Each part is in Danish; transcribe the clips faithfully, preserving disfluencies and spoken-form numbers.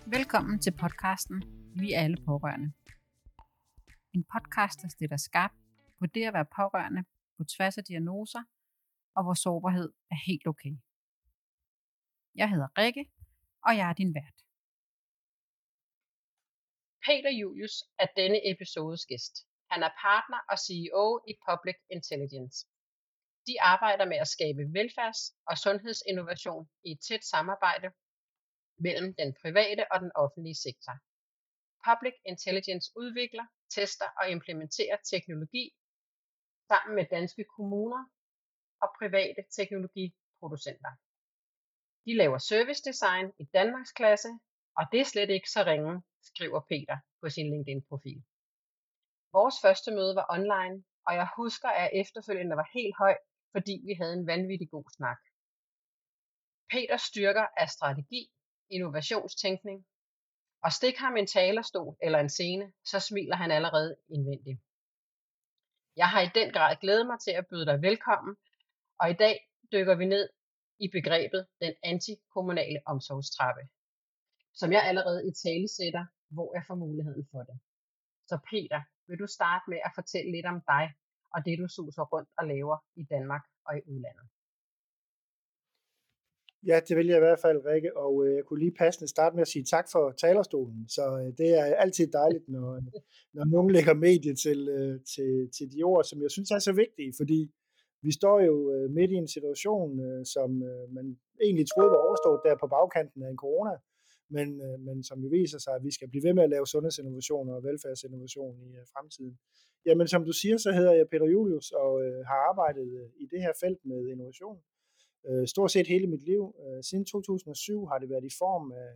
Velkommen til podcasten Vi er alle pårørende. En podcast, der stiller skarpt på det at være pårørende på tværs af diagnoser, og hvor sårbarhed er helt okay. Jeg hedder Rikke, og jeg er din vært. Peter Julius er denne episodes gæst. Han er partner og C E O i Public Intelligence. De arbejder med at skabe velfærds- og sundhedsinnovation i et tæt samarbejde mellem den private og den offentlige sektor. Public Intelligence udvikler, tester og implementerer teknologi sammen med danske kommuner og private teknologiproducenter. De laver service design i Danmarks klasse, og det er slet ikke så ringe, skriver Peter på sin LinkedIn-profil. Vores første møde var online, og jeg husker, at efterfølgende var helt høj, fordi vi havde en vanvittig god snak. Peters styrker er strategi, innovationstænkning, og stik ham en talerstol eller en scene, så smiler han allerede indvendigt. Jeg har i den grad glædet mig til at byde dig velkommen, og i dag dykker vi ned i begrebet den antikommunale omsorgstrappe, som jeg allerede i tale sætter, hvor jeg får muligheden for det. Så Peter, vil du starte med at fortælle lidt om dig, og det du suser rundt og laver i Danmark og i udlandet? Ja, det vil jeg i hvert fald, Rikke, og øh, jeg kunne lige passende starte med at sige tak for talerstolen, så øh, det er altid dejligt, når, når nogen lægger medie til, øh, til, til de ord, som jeg synes er så vigtige, fordi vi står jo øh, midt i en situation, øh, som øh, man egentlig troede var overstået der på bagkanten af en corona, men, øh, men som jo viser sig, at vi skal blive ved med at lave sundhedsinnovation og velfærdsinnovation i øh, fremtiden. Jamen som du siger, så hedder jeg Peter Julius og øh, har arbejdet øh, i det her felt med innovation. Stort set hele mit liv. Siden to tusind og syv har det været i form af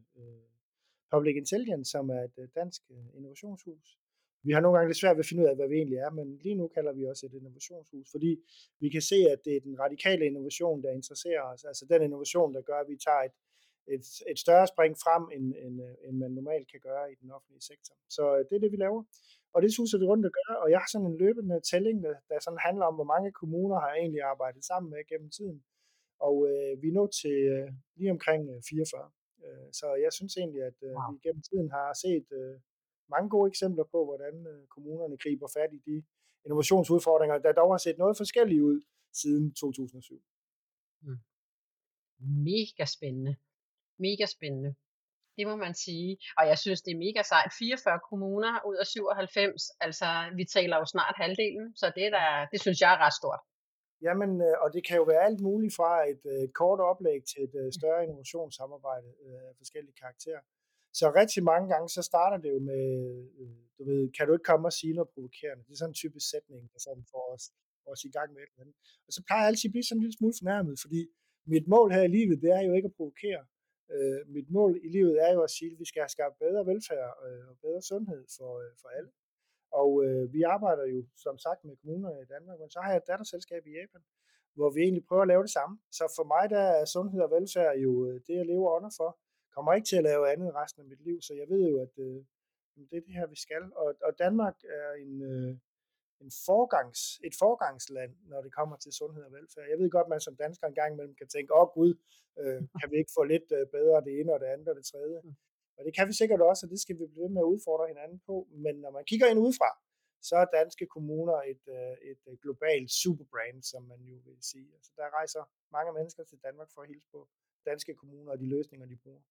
Public Intelligence, som er et dansk innovationshus. Vi har nogle gange lidt svært ved at finde ud af, hvad vi egentlig er, men lige nu kalder vi os et innovationshus, fordi vi kan se, at det er den radikale innovation, der interesserer os. Altså den innovation, der gør, at vi tager et, et, et større spring frem, end, end, end man normalt kan gøre i den offentlige sektor. Så det er det, vi laver. Og det suser vi rundt at gøre, og jeg har sådan en løbende tælling, der, der sådan handler om, hvor mange kommuner har jeg egentlig arbejdet sammen med gennem tiden. Og øh, vi er nået til øh, lige omkring øh, fireogfyrre. Øh, så jeg synes egentlig, at øh, wow. vi gennem tiden har set øh, mange gode eksempler på, hvordan øh, kommunerne griber fat i de innovationsudfordringer, der dog har set noget forskelligt ud siden to tusind og syv. Mm. Mega spændende. Mega spændende. Det må man sige. Og jeg synes, det er mega sejt. fireogfyrre kommuner ud af syvoghalvfems. Altså, vi taler jo snart halvdelen, så det, der, det synes jeg er ret stort. Jamen, og det kan jo være alt muligt fra et, et kort oplæg til et større innovationssamarbejde af forskellige karakterer. Så rigtig mange gange, så starter det jo med, du ved, kan du ikke komme og sige noget provokerende? Det er sådan en typisk sætning, der sådan får os, os i gang med et eller andet. Og så plejer jeg altid at blive sådan en lille smule fornærmet, fordi mit mål her i livet, det er jo ikke at provokere. Uh, mit mål i livet er jo at sige, at vi skal have skabt bedre velfærd uh, og bedre sundhed for, uh, for alle. Og uh, vi arbejder jo, som sagt, med kommunerne i Danmark, men så har jeg et datterselskab i Japan, hvor vi egentlig prøver at lave det samme. Så for mig der er sundhed og velfærd jo det, jeg lever under for. Kommer ikke til at lave andet resten af mit liv, så jeg ved jo, at uh, det er det her, vi skal. Og, og Danmark er en, uh, en forgangs, et forgangsland, når det kommer til sundhed og velfærd. Jeg ved godt, at man som dansker en gang imellem kan tænke, åh oh, gud, uh, kan vi ikke få lidt uh, bedre det ene og det andet og det tredje? Og det kan vi sikkert også, og det skal vi blive ved med at udfordre hinanden på. Men når man kigger ind udefra, så er danske kommuner et, et globalt superbrand, som man jo vil sige. Altså, der rejser mange mennesker til Danmark for at hilse på danske kommuner og de løsninger, de bruger.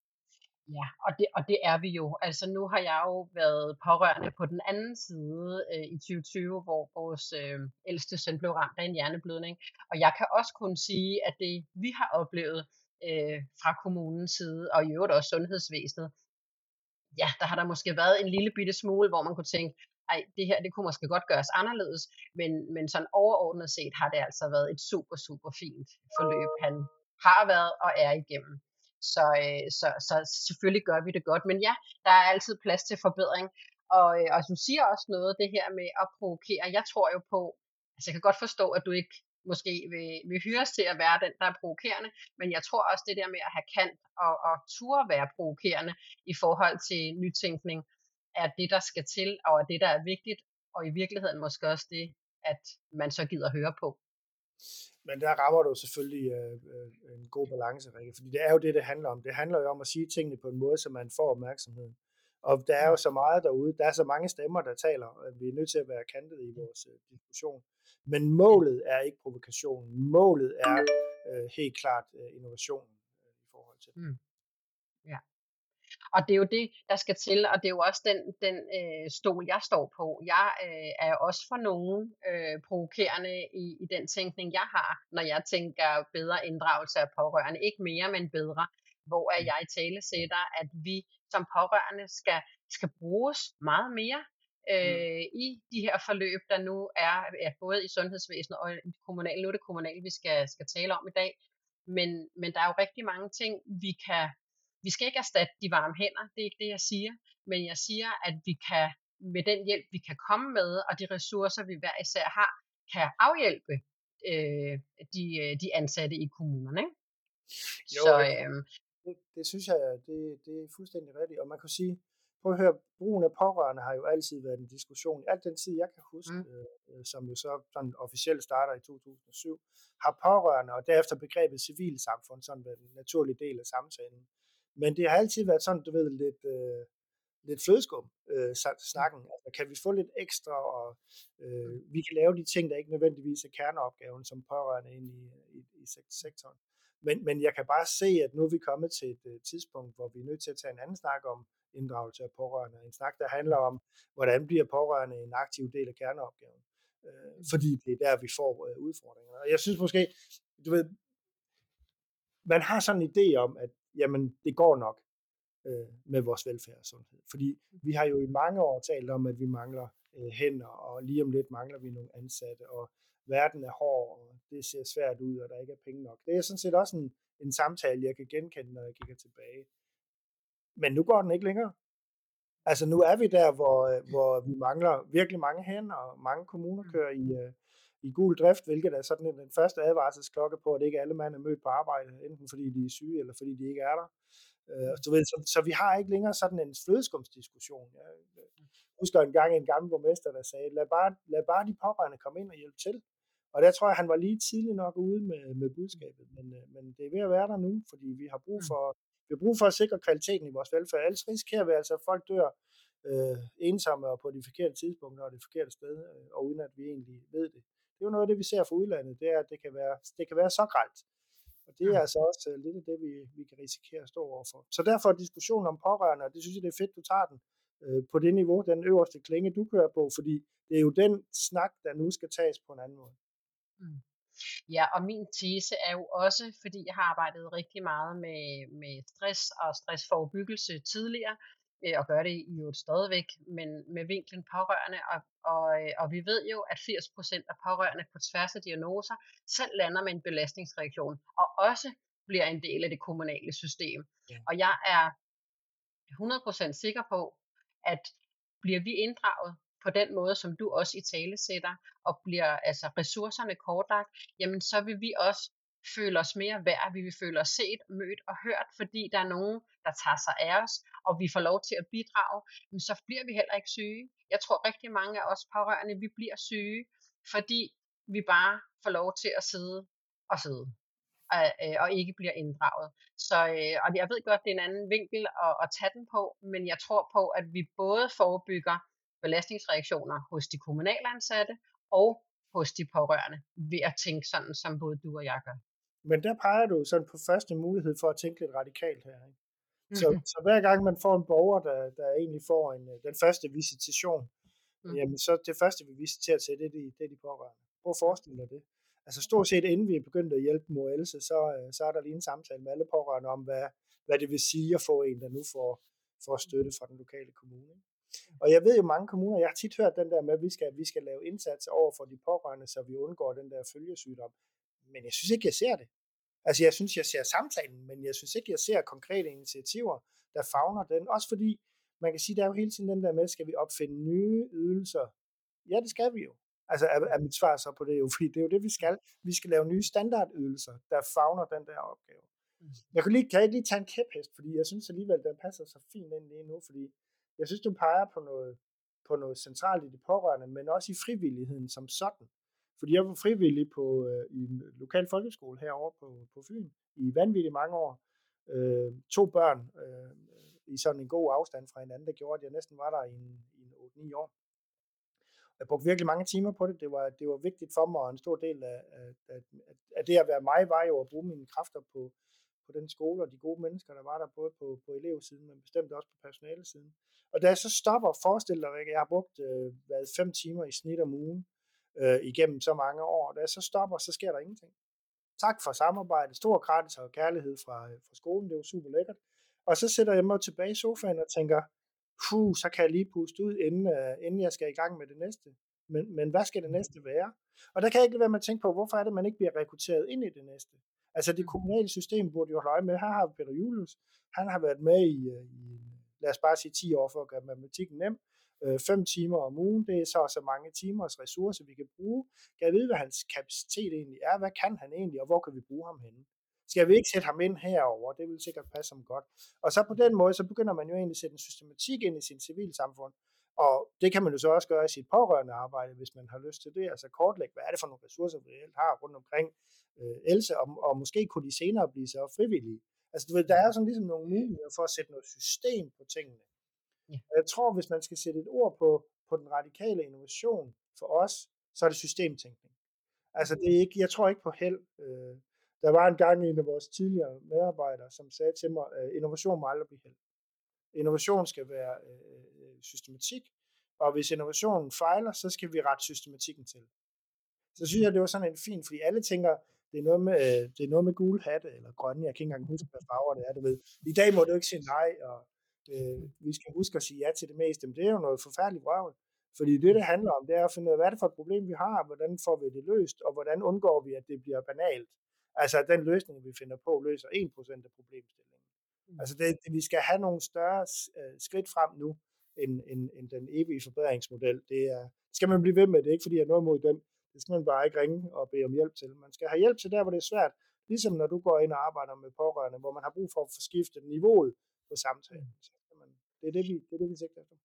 Ja, og det, og det er vi jo. Altså nu har jeg jo været pårørende på den anden side øh, i tyve tyve, hvor vores øh, ældste søn blev ramt af en hjerneblødning. Og jeg kan også kun sige, at det vi har oplevet øh, fra kommunens side, og i øvrigt også sundhedsvæsenet, ja, der har der måske været en lille bitte smule, hvor man kunne tænke, ej, det her, det kunne måske godt gøres anderledes, men, men sådan overordnet set har det altså været et super, super fint forløb, han har været og er igennem. Så, øh, så, så selvfølgelig gør vi det godt, men ja, der er altid plads til forbedring, og, øh, og du siger også noget, det her med at provokere. Jeg tror jo på, altså jeg kan godt forstå, at du ikke måske vil, vil hyres til at være den, der er provokerende, men jeg tror også det der med at have kant og, og turde være provokerende i forhold til nytænkning, er det, der skal til, og er det, der er vigtigt, og i virkeligheden måske også det, at man så gider høre på. Men der rammer du selvfølgelig øh, øh, en god balance, Rikke, fordi det er jo det, det handler om. Det handler jo om at sige tingene på en måde, så man får opmærksomhed. Og der er jo så meget derude, der er så mange stemmer, der taler, at vi er nødt til at være kantede i vores øh, diskussion. Men målet er ikke provokationen. Målet er øh, helt klart øh, innovationen øh, i forhold til det. Mm. Ja. Og det er jo det, der skal til, og det er jo også den, den øh, stol, jeg står på. Jeg øh, er også for nogen øh, provokerende i, i den tænkning, jeg har, når jeg tænker bedre inddragelse af pårørende. Ikke mere, men bedre. Hvor er jeg i tale sætter, at vi som pårørende skal, skal bruges meget mere øh, i de her forløb, der nu er, er både i sundhedsvæsenet og i kommunal. Nu er det kommunalt, vi skal, skal tale om i dag. Men, men der er jo rigtig mange ting, vi kan... Vi skal ikke erstatte de varme hænder, det er ikke det, jeg siger, men jeg siger, at vi kan, med den hjælp, vi kan komme med, og de ressourcer, vi hver især har, kan afhjælpe øh, de, de ansatte i kommunerne. Ikke? Jo, Så, øh, det, det synes jeg, det, det er fuldstændig rigtigt, og man kan sige, prøv at høre, brugen af pårørende har jo altid været en diskussion. I al den tid, jeg kan huske, mm. øh, som jo så sådan officielt starter i to tusind og syv, har pårørende, og derefter begrebet civilsamfund, sådan været en naturlig del af samtalen. Men det har altid været sådan, du ved, lidt, øh, lidt flødeskum, øh, snakken. Altså, kan vi få lidt ekstra, og øh, vi kan lave de ting, der ikke nødvendigvis er kerneopgaven som pårørende ind i, i, i sektoren. Men, men jeg kan bare se, at nu er vi kommet til et uh, tidspunkt, hvor vi er nødt til at tage en anden snak om inddragelse af pårørende. En snak, der handler om, hvordan bliver pårørende en aktiv del af kerneopgaven. Øh, fordi det er der, vi får uh, udfordringer. Og jeg synes måske, du ved, man har sådan en idé om, at jamen, det går nok øh, med vores velfærd og sundhed. Fordi vi har jo i mange år talt om, at vi mangler øh, hænder, og lige om lidt mangler vi nogle ansatte, og verden er hård, og det ser svært ud, og der ikke er penge nok. Det er sådan set også en, en samtale, jeg kan genkende, når jeg kigger tilbage. Men nu går den ikke længere. Altså nu er vi der, hvor, hvor vi mangler virkelig mange hænder, og mange kommuner kører i, uh, i gul drift, hvilket er sådan den første advarselsklokke på, at ikke alle mand er mødt på arbejde, enten fordi de er syge, eller fordi de ikke er der. Uh, så, ved, så, så vi har ikke længere sådan en flødeskumsdiskussion. Jeg husker en gang en gammel borgmester, der sagde, lad bare, lad bare de pårørende komme ind og hjælpe til. Og der tror jeg, han var lige tidligt nok ude med, med budskabet, men, men det er ved at være der nu, fordi vi har brug for, vi har brug for at sikre kvaliteten i vores velfærd. Ellers risikerer vi altså, at folk dør øh, ensomme og på de forkerte tidspunkter og det forkerte sted, øh, og uden at vi egentlig ved det. Det er jo noget af det, vi ser fra udlandet, det er, at det kan være, det kan være så grelt. Og det er altså også uh, lidt af det, vi, vi kan risikere at stå overfor. Så derfor er diskussionen om pårørende, og det synes jeg, det er fedt, du tager den øh, på det niveau, den øverste klinge, du kører på, fordi det er jo den snak, der nu skal tages på en anden måde. Mm. Ja, og min tese er jo også, fordi jeg har arbejdet rigtig meget med, med stress og stressforebyggelse tidligere, øh, og gør det jo stadigvæk, men med vinklen pårørende, og, og, og vi ved jo, at firs procent af pårørende på tværs af diagnoser selv lander med en belastningsreaktion, og også bliver en del af det kommunale system. Ja. Og jeg er hundrede procent sikker på, at bliver vi inddraget på den måde, som du også i tale sætter, og bliver altså ressourcerne kortlagt, jamen så vil vi også føle os mere værd, vi vil føle os set, mødt og hørt, fordi der er nogen, der tager sig af os, og vi får lov til at bidrage, men så bliver vi heller ikke syge. Jeg tror rigtig mange af os pårørende, vi bliver syge, fordi vi bare får lov til at sidde og sidde. Og ikke bliver inddraget. Så, og jeg ved godt, det er en anden vinkel at, at tage den på, men jeg tror på, at vi både forebygger belastningsreaktioner hos de kommunale ansatte og hos de pårørende ved at tænke sådan, som både du og jeg gør. Men der peger du sådan på første mulighed for at tænke lidt radikalt her. Ikke? Så, mm-hmm. så hver gang man får en borger, der, der egentlig får en, den første visitation, mm. jamen så det første, vi visiterer til, det er de, det er de pårørende. Prøv at forestille dig det. Altså stort set inden vi er begyndt at hjælpe mor Else, så, så er der lige en samtale med alle pårørende om, hvad, hvad det vil sige at få en, der nu får, får støtte fra den lokale kommune. Og jeg ved jo mange kommuner, jeg har tit hørt den der med, at vi skal, vi skal lave indsatser over for de pårørende, så vi undgår den der følgesygdom. Men jeg synes ikke, jeg ser det. Altså jeg synes, jeg ser samtalen, men jeg synes ikke, jeg ser konkrete initiativer, der favner den. Også fordi, man kan sige, der er jo hele tiden den der med, skal vi opfinde nye ydelser? Ja, det skal vi jo. Altså er, er mit svar så på det jo, fordi det er jo det, vi skal. Vi skal lave nye standardydelser, der favner den der opgave. Jeg kan, lige, kan jeg ikke lige tage en kæphest, fordi jeg synes alligevel, den passer så fint ind lige nu, fordi jeg synes, du peger på noget, på noget centralt i de pårørende, men også i frivilligheden som sådan. fordi jeg var frivillig på, øh, i en lokal folkeskole herovre på, på Fyn i vanvittigt mange år. Øh, to børn øh, i sådan en god afstand fra hinanden, der gjorde, at jeg næsten var der i en, i en otte ni år. Jeg brugte virkelig mange timer på det. Det var, det var vigtigt for mig, og en stor del af, af, af, af det at være mig, var jo at bruge mine kræfter på, på den skole, og de gode mennesker, der var der, både på, på elevsiden, men bestemt også på personalesiden. Og da jeg så stopper, forestil dig, at jeg har brugt øh, været fem timer i snit om ugen øh, igennem så mange år, og da jeg så stopper, så sker der ingenting. Tak for samarbejdet, stor gratis og kærlighed fra, fra skolen, det var super lækkert. Og så sætter jeg mig tilbage i sofaen og tænker, puh, så kan jeg lige puste ud, inden, uh, inden jeg skal i gang med det næste. Men, men hvad skal det næste være? Og der kan jeg ikke lade være med at tænke på, hvorfor er det, man ikke bliver rekrutteret ind i det næste? Altså det kommunale system burde jo holde øje med. Her har Peter Julius, han har været med i, i lad os bare sige ti år for at gøre matematikken nem. Fem timer om ugen, det er så så mange timers ressourcer, vi kan bruge. Kan jeg vide, hvad hans kapacitet egentlig er? Hvad kan han egentlig, og hvor kan vi bruge ham henne? Skal vi ikke sætte ham ind herover? Det vil sikkert passe ham godt. Og så på den måde, så begynder man jo egentlig at sætte en systematik ind i sin civilsamfund. Og det kan man jo så også gøre i sit pårørende arbejde, hvis man har lyst til det. Altså kortlægge, hvad er det for nogle ressourcer, vi reelt har rundt omkring øh, Else, og, og måske kunne de senere blive så frivillige. Altså du ved, der er sådan ligesom nogle muligheder for at sætte noget system på tingene. Ja. Jeg tror, hvis man skal sætte et ord på, på den radikale innovation for os, så er det systemtænkning. Altså det er ikke, jeg tror ikke på held. Øh, der var en gang en af vores tidligere medarbejdere, som sagde til mig, at innovation må aldrig blive held. Innovation skal være øh, systematik, og hvis innovationen fejler, så skal vi rette systematikken til. Så synes jeg, det var sådan en fin, fordi alle tænker, det er noget med, øh, det er noget med gule hatte eller grønne, jeg kan ikke engang huske, hvad farver det er, du ved. I dag må du ikke sige nej, og øh, vi skal huske at sige ja til det meste, men det er jo noget forfærdeligt vrøvl. Fordi det, det handler om, det er at finde ud af, hvad er det for et problem, vi har, hvordan får vi det løst, og hvordan undgår vi, at det bliver banalt. Altså, at den løsning, vi finder på, løser en procent af problemstillingen. Mm. Altså, det, det, vi skal have nogle større uh, skridt frem nu, end, end, end den evige forbedringsmodel. Det er, skal man blive ved med, det er ikke fordi, jeg er noget mod den. Det skal man bare ikke ringe og bede om hjælp til. Man skal have hjælp til der, hvor det er svært. Ligesom når du går ind og arbejder med pårørende, hvor man har brug for at få skiftet niveauet på samtalen. Så skal man, det er det, vi, det er det, vi sigter efter.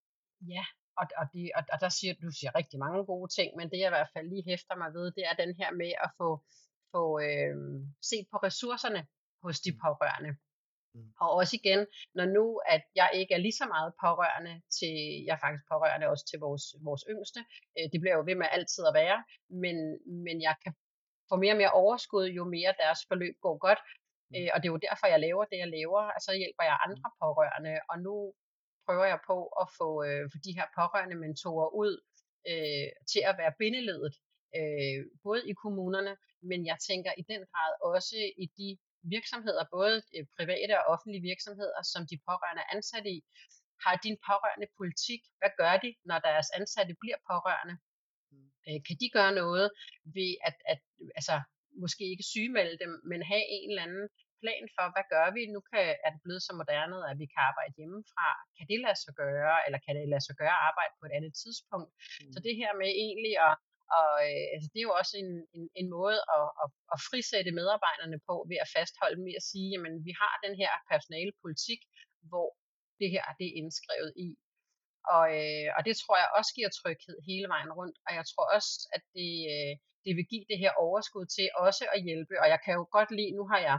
Ja, og, og, det, og, og der siger du siger rigtig mange gode ting, men det jeg i hvert fald lige hæfter mig ved, det er den her med at få, få øh, set på ressourcerne hos de pårørende. Mm. Og også igen, når nu at jeg ikke er lige så meget pårørende til, jeg er faktisk pårørende også til vores, vores yngste, øh, det bliver jo ved med altid at være, men, men jeg kan få mere og mere overskud, jo mere deres forløb går godt, mm. øh, og det er jo derfor jeg laver det jeg laver, og så hjælper jeg andre pårørende, og nu prøver jeg på at få, øh, få de her pårørende mentorer ud øh, til at være bindeledet, øh, både i kommunerne, men jeg tænker i den grad også i de virksomheder, både private og offentlige virksomheder, som de pårørende er ansat i. Har din pårørende politik? Hvad gør de, når deres ansatte bliver pårørende? Mm. Kan de gøre noget ved at, at altså, måske ikke sygemelde dem, men have en eller anden plan for, hvad gør vi? Nu kan, er det blevet så moderne, at vi kan arbejde hjemmefra. Kan det lade sig gøre, eller kan det lade sig gøre at arbejde på et andet tidspunkt? Mm. Så det her med egentlig at Og øh, altså, det er jo også en, en, en måde at, at, at frisætte medarbejderne på ved at fastholde dem i at sige, jamen vi har den her personalepolitik, hvor det her det er indskrevet i. Og, øh, og det tror jeg også giver tryghed hele vejen rundt, og jeg tror også, at det, øh, det vil give det her overskud til også at hjælpe. Og jeg kan jo godt lide, nu har jeg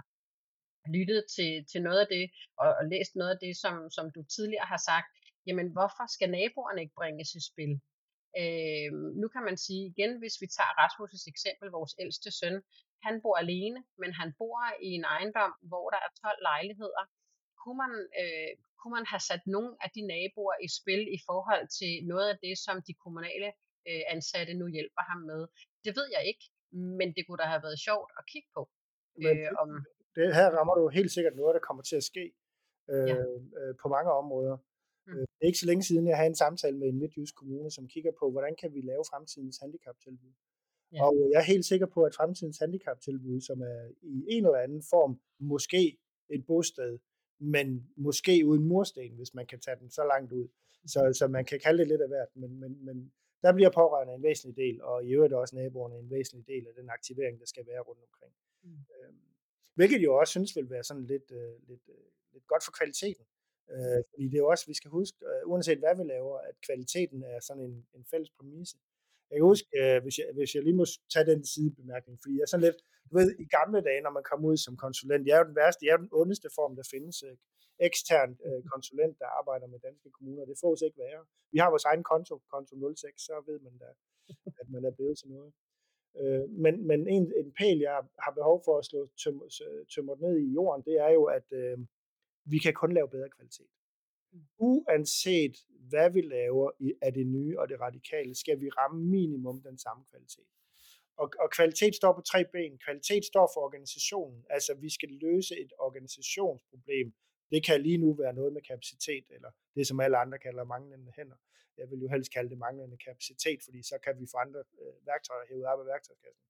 lyttet til, til noget af det, og, og læst noget af det, som, som du tidligere har sagt, jamen hvorfor skal naboerne ikke bringes i spil? Øh, nu kan man sige igen, hvis vi tager Rasmus' eksempel, vores ældste søn, han bor alene, men han bor i en ejendom, hvor der er tolv lejligheder. Kunne man, øh, kunne man have sat nogle af de naboer i spil i forhold til noget af det, som de kommunale øh, ansatte nu hjælper ham med? Det ved jeg ikke, men det kunne da have været sjovt at kigge på. Men Øh, om, det her rammer du helt sikkert noget, der kommer til at ske øh, Ja. øh, på mange områder. Mm. Det er ikke så længe siden, jeg havde en samtale med en midtjysk kommune, som kigger på, hvordan kan vi lave fremtidens handicaptilbud. Ja. Og jeg er helt sikker på, at fremtidens handicaptilbud, som er i en eller anden form, måske et bosted, men måske uden mursten, hvis man kan tage den så langt ud. Så, så man kan kalde det lidt af hvert, men, men, men der bliver pårørende en væsentlig del, og i øvrigt også naboerne en væsentlig del af den aktivering, der skal være rundt omkring. Mm. Øhm, hvilket jo også synes vil være sådan lidt, øh, lidt, øh, lidt godt for kvaliteten. Øh, fordi det er jo også, vi skal huske, øh, uanset hvad vi laver, at kvaliteten er sådan en, en fælles præmisse. Jeg kan huske, øh, hvis, jeg, hvis jeg lige må tage den sidebemærkning, fordi jeg er sådan lidt, du ved, i gamle dage, når man kom ud som konsulent, jeg er jo den værste, jeg er den ondeste form, der findes, øh, ekstern øh, konsulent, der arbejder med danske kommuner, det får ikke være. Vi har vores egen konto, konto nul seks, så ved man da, at man er blevet til noget. Øh, men, men en, en pæl, jeg har behov for at slå tømret ned i jorden, det er jo, at øh, vi kan kun lave bedre kvalitet. Uanset hvad vi laver af det nye og det radikale, skal vi ramme minimum den samme kvalitet. Og, og kvalitet står på tre ben. Kvalitet står for organisationen. Altså vi skal løse et organisationsproblem. Det kan lige nu være noget med kapacitet, eller det som alle andre kalder manglende hænder. Jeg vil jo helst kalde det manglende kapacitet, fordi så kan vi få andre øh, værktøjer hævet op af værktøjskassen.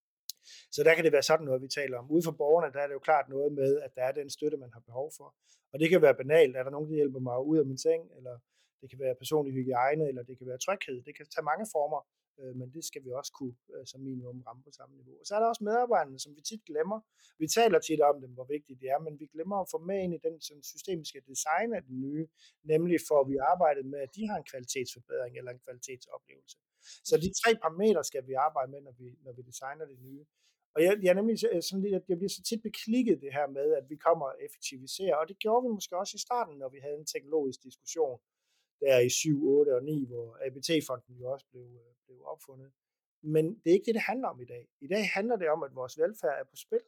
Så der kan det være sådan noget, vi taler om. Ude for borgerne, der er det jo klart noget med, at der er den støtte, man har behov for. Og det kan være banalt. Er der nogen, der hjælper mig ud af min seng, eller det kan være personlig hygiejne, eller det kan være tryghed. Det kan tage mange former, men det skal vi også kunne som minimum ramme på samme niveau. Og så er der også medarbejderne, som vi tit glemmer. Vi taler tit om dem, hvor vigtigt det er, men vi glemmer at få med ind i den sådan, systemiske design af den nye, nemlig for at vi arbejder med, at de har en kvalitetsforbedring eller en kvalitetsoplevelse. Så de tre parametre skal vi arbejde med, når vi, når vi designer det nye. Og jeg, jeg er nemlig sådan lidt, at jeg bliver så tit beklikket det her med, at vi kommer og effektiviserer, og det gjorde vi måske også i starten, når vi havde en teknologisk diskussion, der i syv, otte og ni, hvor A B T-fonden jo også blev, blev opfundet. Men det er ikke det, det handler om i dag. I dag handler det om, at vores velfærd er på spil.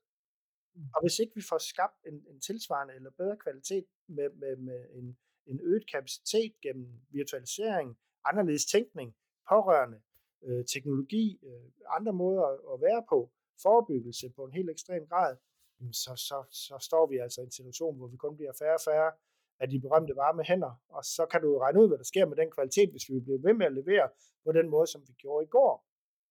Og hvis ikke vi får skabt en, en tilsvarende eller bedre kvalitet med, med, med en, en øget kapacitet gennem virtualisering, anderledes tænkning, pårørende, øh, teknologi, øh, andre måder at være på, forebyggelse på en helt ekstrem grad, så, så, så står vi altså i en situation, hvor vi kun bliver færre og færre af de berømte varme hænder, og så kan du regne ud, hvad der sker med den kvalitet, hvis vi bliver ved med at levere på den måde, som vi gjorde i går.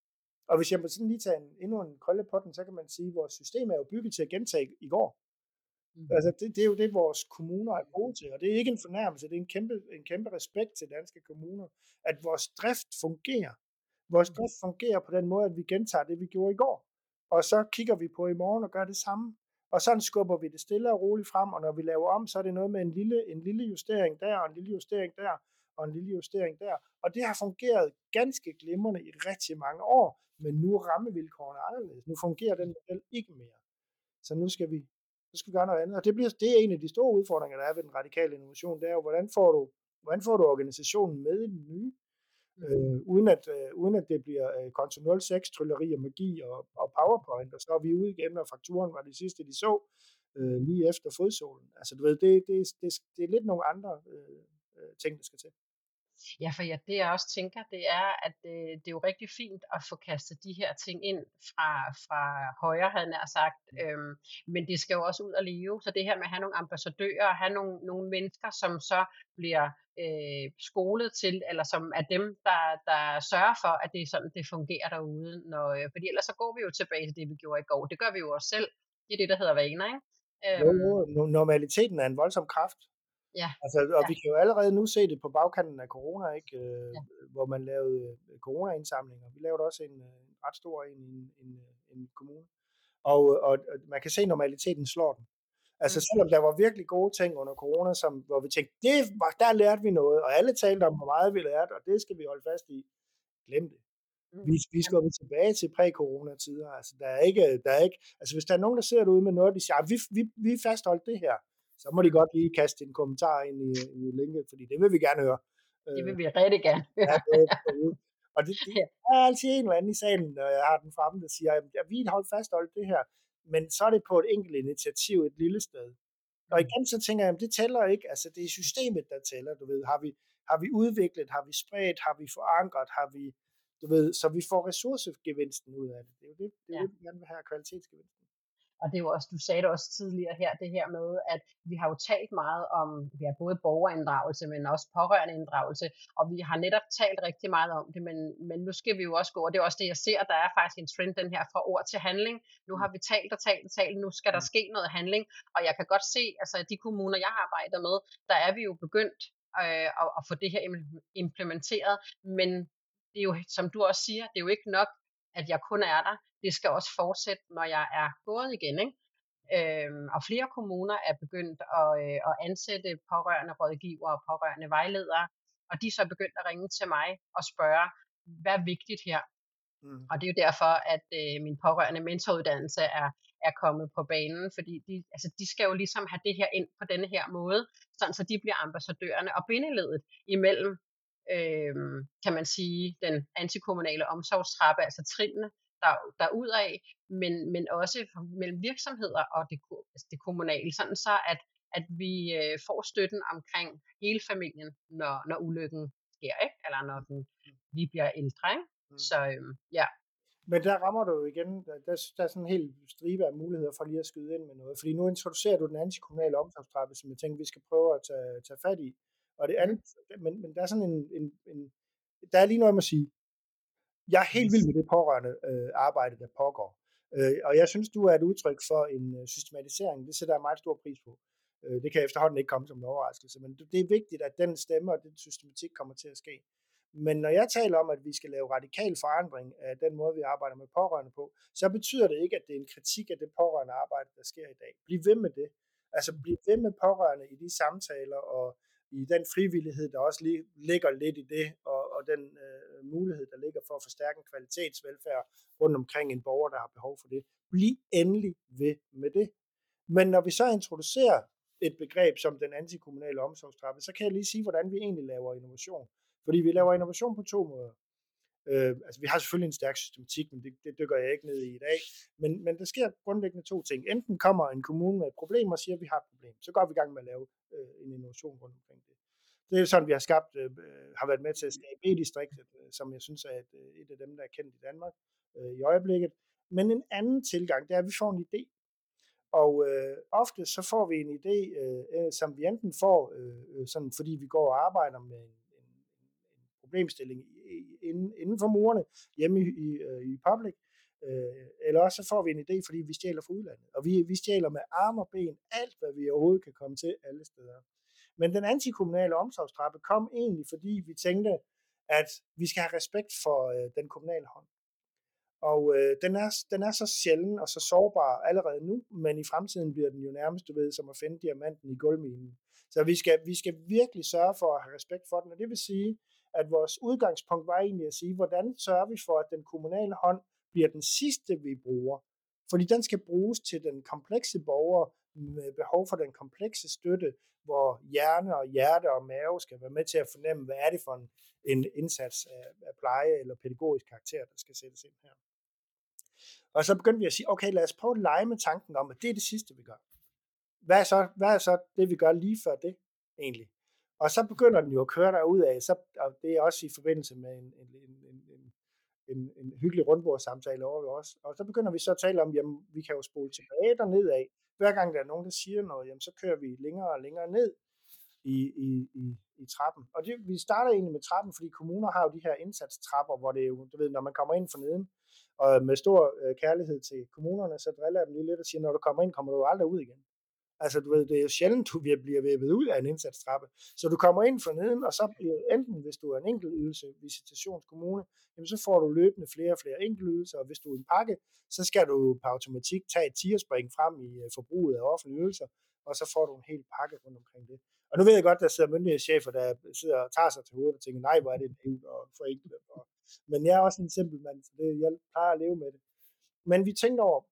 Og hvis jeg må sådan lige tage en, endnu en krølle på den, så kan man sige, at vores system er jo bygget til at gentage i går. Mm. Altså det, det er jo det, vores kommuner er gode til, og det er ikke en fornærmelse, det er en kæmpe, en kæmpe respekt til danske kommuner, at vores drift fungerer. Vores drift fungerer på den måde, at vi gentager det, vi gjorde i går. Og så kigger vi på i morgen og gør det samme. Og sådan skubber vi det stille og roligt frem, og når vi laver om, så er det noget med en lille, en lille justering der, og en lille justering der, og en lille justering der. Og det har fungeret ganske glimrende i rigtig mange år, men nu er rammevilkårene anderledes. Nu fungerer den model ikke mere. Så nu skal vi, nu skal vi gøre noget andet. Og det, bliver, det er en af de store udfordringer, der er ved den radikale innovation, det er jo, hvordan får du, hvordan får du organisationen med i den nye? Øh, uden, at, øh, uden at det bliver øh, konto nul seks, trylleri og magi og, og PowerPoint, og så er vi ude igen, og fakturen var det sidste, de så, øh, lige efter fodsolen. Altså du ved, det, det, det, det er lidt nogle andre øh, ting, der skal til. Ja, for ja, det jeg også tænker, det er, at det, det er jo rigtig fint at få kastet de her ting ind fra, fra højre, havde jeg sagt, øhm, men det skal jo også ud og leve, så det her med at have nogle ambassadører, at have nogle, nogle mennesker, som så bliver øh, skolet til, eller som er dem, der, der sørger for, at det er sådan, det fungerer derude, når, øh, fordi ellers så går vi jo tilbage til det, vi gjorde i går, det gør vi jo også selv, det er det, der hedder vaner, ikke? Jo, jo, normaliteten er en voldsom kraft. Ja. Altså, og ja. Vi kan jo allerede nu se det på bagkanten af corona, ikke? Øh, ja. Hvor man lavede corona-indsamlinger. Vi lavede også en, en ret stor en i en, en, en kommune. Og, og, og man kan se, at normaliteten slår den. Altså mm. selvom der var virkelig gode ting under corona, som, hvor vi tænkte, det var, der lærte vi noget, og alle talte om, hvor meget vi lærte, og det skal vi holde fast i. Glem det. Mm. Vi, vi skal vi tilbage til præ-corona-tider. Altså, der er ikke, der er ikke, altså hvis der er nogen, der sidder derude med noget, de siger, vi, vi, vi fastholdt det her, så må de godt lige kaste en kommentar ind i, i linket, fordi det vil vi gerne høre. Det vil vi rigtig gerne høre. Ja, det, det, og det, det er altid en eller anden i salen, når jeg har den fremme, der siger, at vi har holdt fastholdt det her, men så er det på et enkelt initiativ et lille sted. Og igen så tænker jeg, at det tæller ikke, altså det er systemet, der tæller, du ved, har vi, har vi udviklet, har vi spredt, har vi forankret, har vi, du ved, så vi får ressourcegevinsten ud af det. Det er jo det, det, er ja. det vi gerne vil have, kvalitetsgevinsten. Og det er jo også, du sagde det også tidligere her, det her med, at vi har jo talt meget om, vi har både borgerinddragelse, men også pårørendeinddragelse, og vi har netop talt rigtig meget om det, men, men nu skal vi jo også gå, og det er også det, jeg ser, der er faktisk en trend, den her fra ord til handling. Nu har vi talt og talt og talt, nu skal der ske noget handling, og jeg kan godt se, altså de kommuner, jeg har arbejdet med, der er vi jo begyndt øh, at, at få det her implementeret, men det er jo, som du også siger, det er jo ikke nok, at jeg kun er der. Det skal også fortsætte, når jeg er gået igen, ikke? Øhm, og flere kommuner er begyndt at, øh, at ansætte pårørende rådgivere og pårørende vejledere, og de er så begyndt at ringe til mig og spørge, hvad er vigtigt her? Mm. Og det er jo derfor, at øh, min pårørende mentoruddannelse er, er kommet på banen, fordi de, altså, de skal jo ligesom have det her ind på denne her måde, sådan så de bliver ambassadørerne og bindeledet imellem, øh, kan man sige, den antikommunale omsorgstrappe, altså trinene der, derudaf, men, men også mellem virksomheder og det, altså det kommunale, sådan så at, at vi øh, får støtten omkring hele familien, når, når ulykken sker, ikke? Eller når den, vi bliver ældre, ikke? Mm. Så øhm, ja. Men der rammer du jo igen, der, der er sådan en hel stribe af muligheder for lige at skyde ind med noget. Fordi nu introducerer du den antikommunale omsorgstrappe, som jeg tænker, vi skal prøve at tage, tage fat i. Og det andet, mm. men, men der er sådan en, en, en, der er lige noget, jeg må sige. Jeg er helt vild med det pårørende øh, arbejde, der pågår. Øh, og jeg synes, du er et udtryk for en øh, systematisering. Det sætter jeg meget stor pris på. Øh, det kan efterhånden ikke komme som en overraskelse, men det er vigtigt, at den stemme og den systematik kommer til at ske. Men når jeg taler om, at vi skal lave radikal forandring af den måde, vi arbejder med pårørende på, så betyder det ikke, at det er en kritik af det pårørende arbejde, der sker i dag. Bliv ved med det. Altså bliv ved med pårørende i de samtaler og i den frivillighed, der også ligger lidt i det, og, og den øh, mulighed, der ligger for at forstærke en kvalitetsvelfærd rundt omkring en borger, der har behov for det. Bliv endelig ved med det. Men når vi så introducerer et begreb som den antikommunale omsorgstrappe, så kan jeg lige sige, hvordan vi egentlig laver innovation. Fordi vi laver innovation på to måder. Øh, altså vi har selvfølgelig en stærk systematik, men det, det dykker jeg ikke ned i i dag. Men, men der sker grundlæggende to ting. Enten kommer en kommune med et problem og siger, at vi har et problem. Så går vi i gang med at lave øh, en innovation rundt omkring det. Det er sådan, vi har skabt, øh, har været med til at skabe E-distriktet, øh, som jeg synes er et, et af dem, der er kendt i Danmark øh, i øjeblikket. Men en anden tilgang, det er, at vi får en idé. Og øh, ofte så får vi en idé, øh, som vi enten får, øh, sådan, fordi vi går og arbejder med en, en, en problemstilling inden, inden for murene, hjemme i, i, i public, øh, eller også så får vi en idé, fordi vi stjæler fra udlandet. Og vi, vi stjæler med arm og ben alt, hvad vi overhovedet kan komme til alle steder. Men den antikommunale omsorgstrappe kom egentlig, fordi vi tænkte, at vi skal have respekt for øh, den kommunale hånd. Og øh, den, er, den er så sjælden og så sårbar allerede nu, men i fremtiden bliver den jo nærmest, du ved, som at finde diamanten i guldminen. Så vi skal, vi skal virkelig sørge for at have respekt for den, og det vil sige, at vores udgangspunkt var egentlig at sige, hvordan sørger vi for, at den kommunale hånd bliver den sidste, vi bruger. Fordi den skal bruges til den komplekse borger med behov for den komplekse støtte, hvor hjerne og hjerte og mave skal være med til at fornemme, hvad er det for en, en indsats af, af pleje eller pædagogisk karakter, der skal sættes ind her. Og så begyndte vi at sige, okay, lad os prøve at lege med tanken om, at det er det sidste, vi gør. Hvad er så, hvad er så det, vi gør lige før det, egentlig? Og så begynder den jo at køre derud af, så, og det er også i forbindelse med en, en, en, en, en, en hyggelig rundbordssamtale over ved os. Og så begynder vi så at tale om, jamen, vi kan jo spole tilbage derned af. Hver gang der er nogen, der siger noget, jamen, så kører vi længere og længere ned i, i, i, i trappen. Og det, vi starter egentlig med trappen, fordi kommuner har jo de her indsatstrapper, hvor det er jo, du ved, når man kommer ind for neden, og med stor øh, kærlighed til kommunerne, så driller jeg dem lige lidt og siger, når du kommer ind, kommer du aldrig ud igen. Altså, du ved, det er jo sjældent, du bliver vævet ud af en indsatstrappe. Så du kommer ind for neden, og så enten, hvis du er en enkelt ydelse, visitationskommune, jamen så får du løbende flere og flere enkeltydelser, og hvis du er en pakke, så skal du på automatik tage et tierspring frem i forbruget af offentlige ydelser, og så får du en hel pakke rundt omkring det. Og nu ved jeg godt, der sidder myndighedschefer, der sidder og tager sig til hovedet og tænker, nej, hvor er det naivt og forenklet. Men jeg er også en simpel mand, så det, jeg plejer at leve med det. Men vi tænkte over,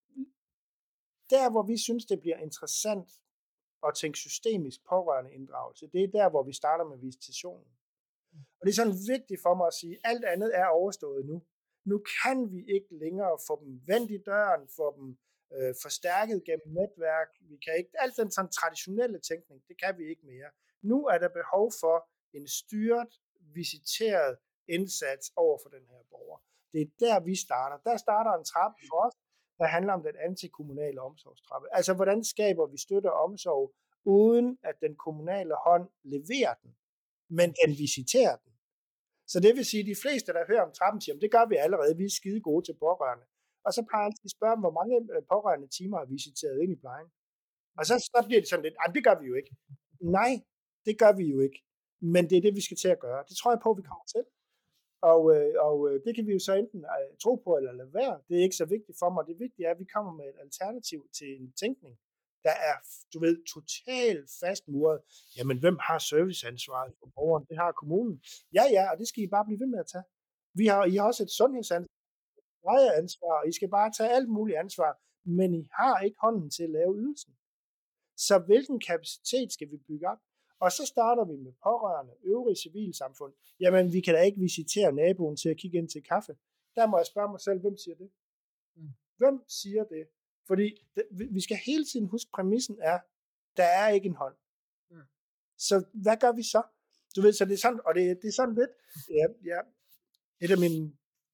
der hvor vi synes, det bliver interessant at tænke systemisk pårørende inddragelse, det er der, hvor vi starter med visitationen. Og det er sådan vigtigt for mig at sige, at alt andet er overstået nu. Nu kan vi ikke længere få dem vendt i døren, få dem øh, forstærket gennem netværk. Vi kan ikke, alt den sådan traditionelle tænkning, det kan vi ikke mere. Nu er der behov for en styret, visiteret indsats over for den her borger. Det er der, vi starter. Der starter en trappe for os, der handler om den antikommunale omsorgstrappe. Altså, hvordan skaber vi støtte og omsorg, uden at den kommunale hånd leverer den, men den visiterer den. Så det vil sige, at de fleste, der hører om trappen, siger, det gør vi allerede, vi er skide gode til pårørende. Og så plejer jeg altid at spørge dem, hvor mange pårørende timer er visiteret ind i plejen. Og så, så bliver det sådan lidt, det gør vi jo ikke. Nej, det gør vi jo ikke. Men det er det, vi skal til at gøre. Det tror jeg på, at vi kommer til. Og, og det kan vi jo så enten tro på eller lade være. Det er ikke så vigtigt for mig. Det vigtige er, at vi kommer med et alternativ til en tænkning, der er, du ved, totalt fastmuret. Jamen, hvem har serviceansvaret for borgeren? Det har kommunen. Ja, ja, og det skal I bare blive ved med at tage. Vi har, I har også et sundhedsansvar, ansvar, og I skal bare tage alt muligt ansvar, men I har ikke hånden til at lave ydelsen. Så hvilken kapacitet skal vi bygge op? Og så starter vi med pårørende, øvrige civilsamfund. Jamen, vi kan da ikke visitere naboen til at kigge ind til kaffe. Der må jeg spørge mig selv, hvem siger det? Mm. Hvem siger det? Fordi det, vi skal hele tiden huske, præmissen er, der er ikke en hånd. Mm. Så hvad gør vi så? Du ved, så det er sådan, og det, det er sådan lidt, ja, ja, et af mine,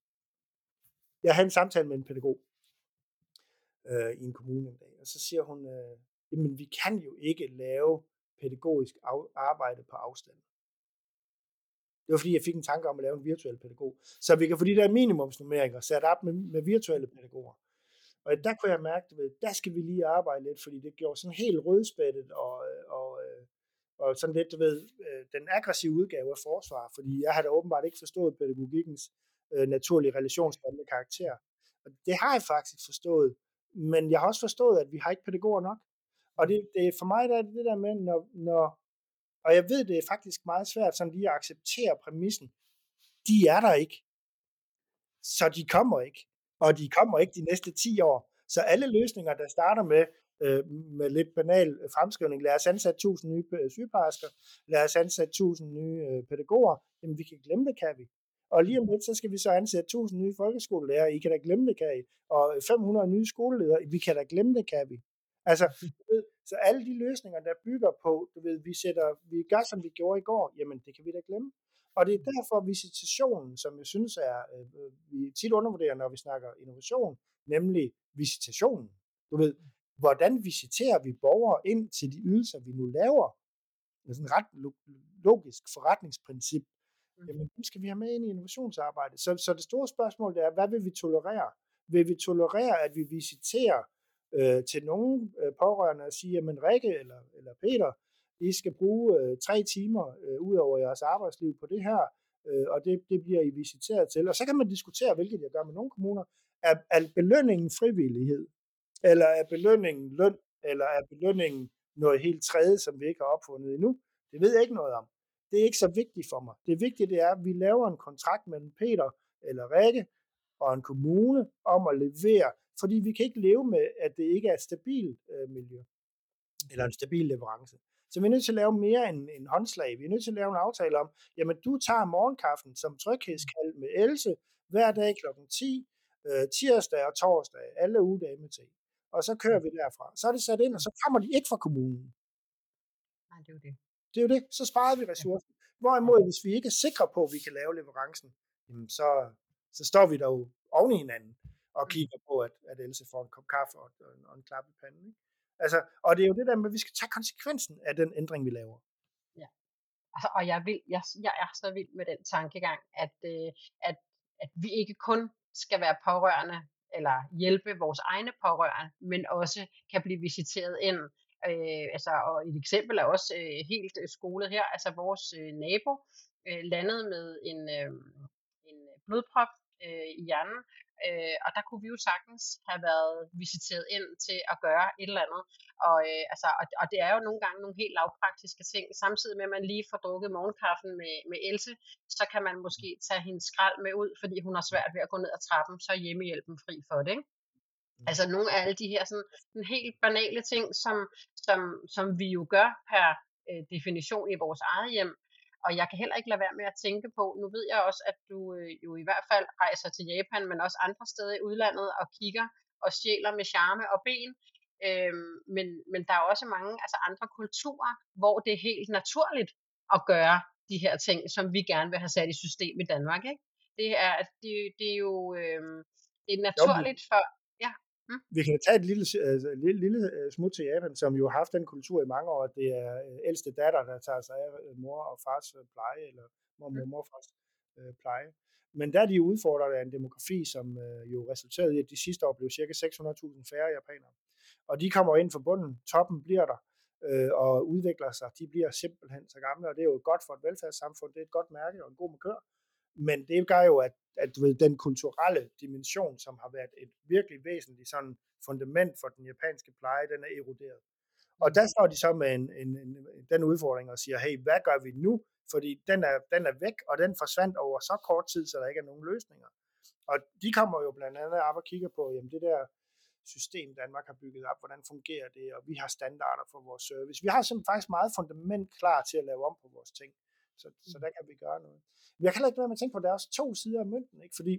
jeg havde en samtale med en pædagog øh, i en kommune en dag, og så siger hun, øh, jamen vi kan jo ikke lave pædagogisk af, arbejde på afstand. Det var fordi, jeg fik en tanke om at lave en virtuel pædagog, så vi kan få de der minimumsnummeringer sat op med, med virtuelle pædagoger. Og der kunne jeg mærke, du ved, der skal vi lige arbejde lidt, fordi det gjorde sådan helt rødspættet og, og, og sådan lidt, du ved, den aggressive udgave af forsvar, fordi jeg havde åbenbart ikke forstået pædagogikkens øh, naturlige relationsdannende karakter. Og det har jeg faktisk forstået, men jeg har også forstået, at vi har ikke pædagoger nok. Og det, det for mig der er det der med, når, når, og jeg ved, det er faktisk meget svært sådan lige at acceptere præmissen, de er der ikke, så de kommer ikke. Og de kommer ikke de næste ti år. Så alle løsninger, der starter med, øh, med lidt banal fremskrivning, lad os ansætte tusind nye sygeplejersker, lad os ansætte tusind nye øh, pædagoger, jamen vi kan glemme det, kan vi. Og lige om lidt, så skal vi så ansætte tusind nye folkeskolelærer, I kan da glemme det, kan I. Og fem hundrede nye skoleledere, vi kan da glemme det, kan vi. Altså, du ved, så alle de løsninger, der bygger på, du ved, vi sætter, vi gør, som vi gjorde i går, jamen det kan vi da glemme. Og det er derfor visitationen, som jeg synes er, øh, vi tit undervurderer, når vi snakker innovation, nemlig visitationen. Du ved, hvordan visiterer vi borgere ind til de ydelser, vi nu laver? Det er sådan et ret logisk forretningsprincip. Jamen, dem skal vi have med ind i innovationsarbejdet. Så, så det store spørgsmål det er, hvad vil vi tolerere? Vil vi tolerere, at vi visiterer øh, til nogle øh, pårørende og sige, jamen Rikke eller, eller Peter, I skal bruge øh, tre timer øh, ud over jeres arbejdsliv på det her, øh, og det, det bliver I visiteret til. Og så kan man diskutere, hvilket jeg gør med nogle kommuner, er, er belønningen frivillighed, eller er belønningen løn, eller er belønningen noget helt tredje, som vi ikke har opfundet endnu? Det ved jeg ikke noget om. Det er ikke så vigtigt for mig. Det vigtige det er, at vi laver en kontrakt mellem Peter eller Rikke og en kommune om at levere, fordi vi kan ikke leve med, at det ikke er et stabilt øh, miljø, eller en stabil leverance. Så vi er nødt til at lave mere end en håndslag. Vi er nødt til at lave en aftale om, jamen du tager morgenkaffen som tryghedskald med Else hver dag klokken ti, øh, tirsdag og torsdag, alle ugedage med te. Og så kører vi derfra. Så er det sat ind, og så kommer de ikke fra kommunen. Nej, det er jo det. Det er jo det. Så sparer vi ressourcer. Hvorimod, hvis vi ikke er sikre på, at vi kan lave leverancen, jamen så, så står vi der jo oven i hinanden og kigger på, at, at Else får en kop kaffe og, og, en, og en klap i panden. Ikke? Altså, og det er jo det der med, at vi skal tage konsekvensen af den ændring, vi laver. Ja. Og jeg, vil, jeg, jeg er så vild med den tankegang, at, at, at vi ikke kun skal være pårørende, eller hjælpe vores egne pårørende, men også kan blive visiteret ind. Øh, altså, og et eksempel er også øh, helt skolet her. Altså vores øh, nabo øh, landede med en, øh, en blodprop øh, i hjernen, øh, og der kunne vi jo sagtens have været visiteret ind til at gøre et eller andet. Og, øh, altså, og, og det er jo nogle gange nogle helt lavpraktiske ting. Samtidig med, at man lige får drukket morgenkaffen med, med Else, så kan man måske tage hendes skrald med ud, fordi hun har svært ved at gå ned ad trappen, så er hjemmehjælpen fri for det, ikke? Altså nogle af alle de her sådan, sådan helt banale ting, som, som, som vi jo gør per øh, definition i vores eget hjem. Og jeg kan heller ikke lade være med at tænke på, nu ved jeg også, at du øh, jo i hvert fald rejser til Japan, men også andre steder i udlandet og kigger og stjæler med charme og ben. Øhm, men, men der er også mange altså andre kulturer, hvor det er helt naturligt at gøre de her ting, som vi gerne vil have sat i system i Danmark. Ikke? Det, er, det, det er jo øh, det er naturligt for... Ja. Mm. Vi kan tage et lille, altså, lille, lille smut til Japan, som jo har haft den kultur i mange år, at det er ældste datter, der tager sig af mor og fars pleje, eller mor, mor, mor og fars øh, pleje. Men der er de udfordret af en demografi, som øh, jo resulterede i, at de sidste år blev cirka seks hundrede tusind færre japanere. Og de kommer ind fra bunden, toppen bliver der, øh, og udvikler sig. De bliver simpelthen så gamle, og det er jo godt for et velfærdssamfund. Det er et godt mærke og en god markør. Men det gør jo, at, at du ved, den kulturelle dimension, som har været et virkelig væsentligt sådan fundament for den japanske pleje, den er eroderet. Og der står de så med en, en, en, den udfordring og siger, hey, hvad gør vi nu fordi den er, den er væk, og den forsvandt over så kort tid, så der ikke er nogen løsninger. Og de kommer jo blandt andet op og kigger på, jamen det der system, Danmark har bygget op, hvordan fungerer det, og vi har standarder for vores service. Vi har simpelthen faktisk meget fundament klar til at lave om på vores ting, så, så der kan vi gøre noget. Men jeg kan heller ikke være med at tænke på, at der er også to sider af mønten, ikke? Fordi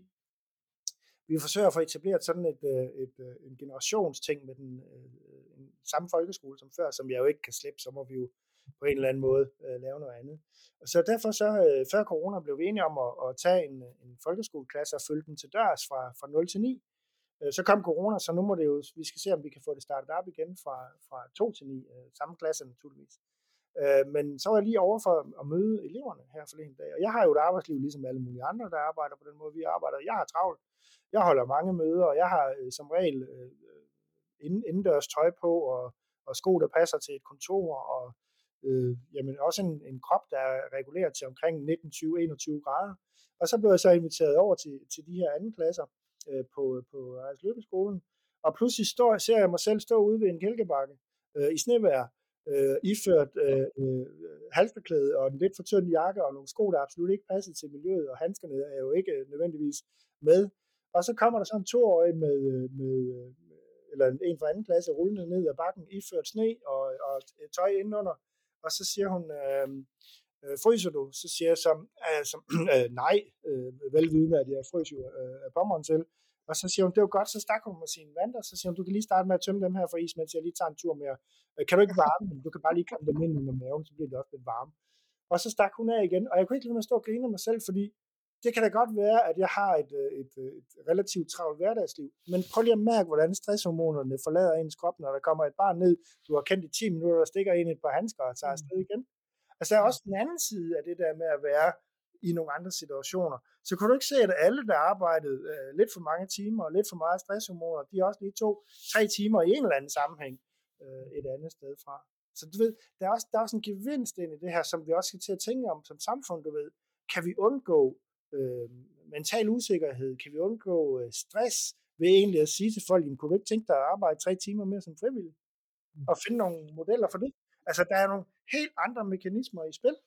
vi forsøger at få etableret sådan et, et, et, en generationsting med den en samme folkeskole som før, som jeg jo ikke kan slippe, så må vi jo på en eller anden måde uh, lave noget andet. Og så derfor så, uh, før corona, blev vi enige om at, at tage en, en folkeskoleklasse og følge den til dørs fra, fra nul til ni. Uh, så kom corona, så nu må det jo, vi skal se, om vi kan få det startet op igen fra, fra to til ni, uh, samme klasse naturligvis. Uh, men så var jeg lige over for at møde eleverne her forleden dag, og jeg har jo et arbejdsliv ligesom alle mulige andre, der arbejder på den måde, vi arbejder. Jeg har travlt, jeg holder mange møder, og jeg har uh, som regel uh, indendørs tøj på, og, og sko, der passer til et kontor, og øh, jamen også en, en krop, der er reguleret til omkring nitten, tyve, enogtyve grader. Og så blev jeg så inviteret over til, til de her anden klasser øh, på, på Ejers Løbeskolen, og pludselig står, ser jeg mig selv stå ude ved en kælkebakke øh, i snevejr, øh, iført øh, øh, halsbeklæde og en lidt for tynd jakke og nogle sko, der absolut ikke passer til miljøet, og handskerne er jo ikke nødvendigvis med. Og så kommer der så en toårig med, med eller en fra anden klasse rullende ned ad bakken, iført sne og, og tøj indenunder, og så siger hun, øh, fryser du? Så siger jeg som, øh, som øh, nej, øh, velvidende, at jeg fryser øh, af bommeren til, og så siger hun, det er jo godt, så stak hun med sine vanter, så siger hun, du kan lige starte med at tømme dem her for is, mens jeg lige tager en tur mere. Kan du ikke varme dem? Du kan bare lige komme dem ind under maven, så bliver det også lidt varme. Og så stak hun af igen, og jeg kunne ikke lide mig at stå og grine mig selv, fordi det kan da godt være, at jeg har et, et, et relativt travlt hverdagsliv, men prøv lige at mærke, hvordan stresshormonerne forlader ens krop, når der kommer et barn ned, du har kendt i ti minutter, og stikker ind et par handsker og tager afsted igen. Altså der er også den anden side af det der med at være i nogle andre situationer. Så kunne du ikke se, at alle, der arbejdede øh, lidt for mange timer og lidt for meget stresshormoner, de også lige tog tre timer i en eller anden sammenhæng øh, et andet sted fra. Så du ved, der er, også, der er også en gevinst ind i det her, som vi også skal til at tænke om som samfund, du ved. Kan vi undgå øh, mental usikkerhed? Kan vi undgå øh, stress ved egentlig at sige til folk, kunne du ikke tænke dig at arbejde tre timer mere som frivillig? Og finde nogle modeller for det? Altså, der er nogle helt andre mekanismer i spil.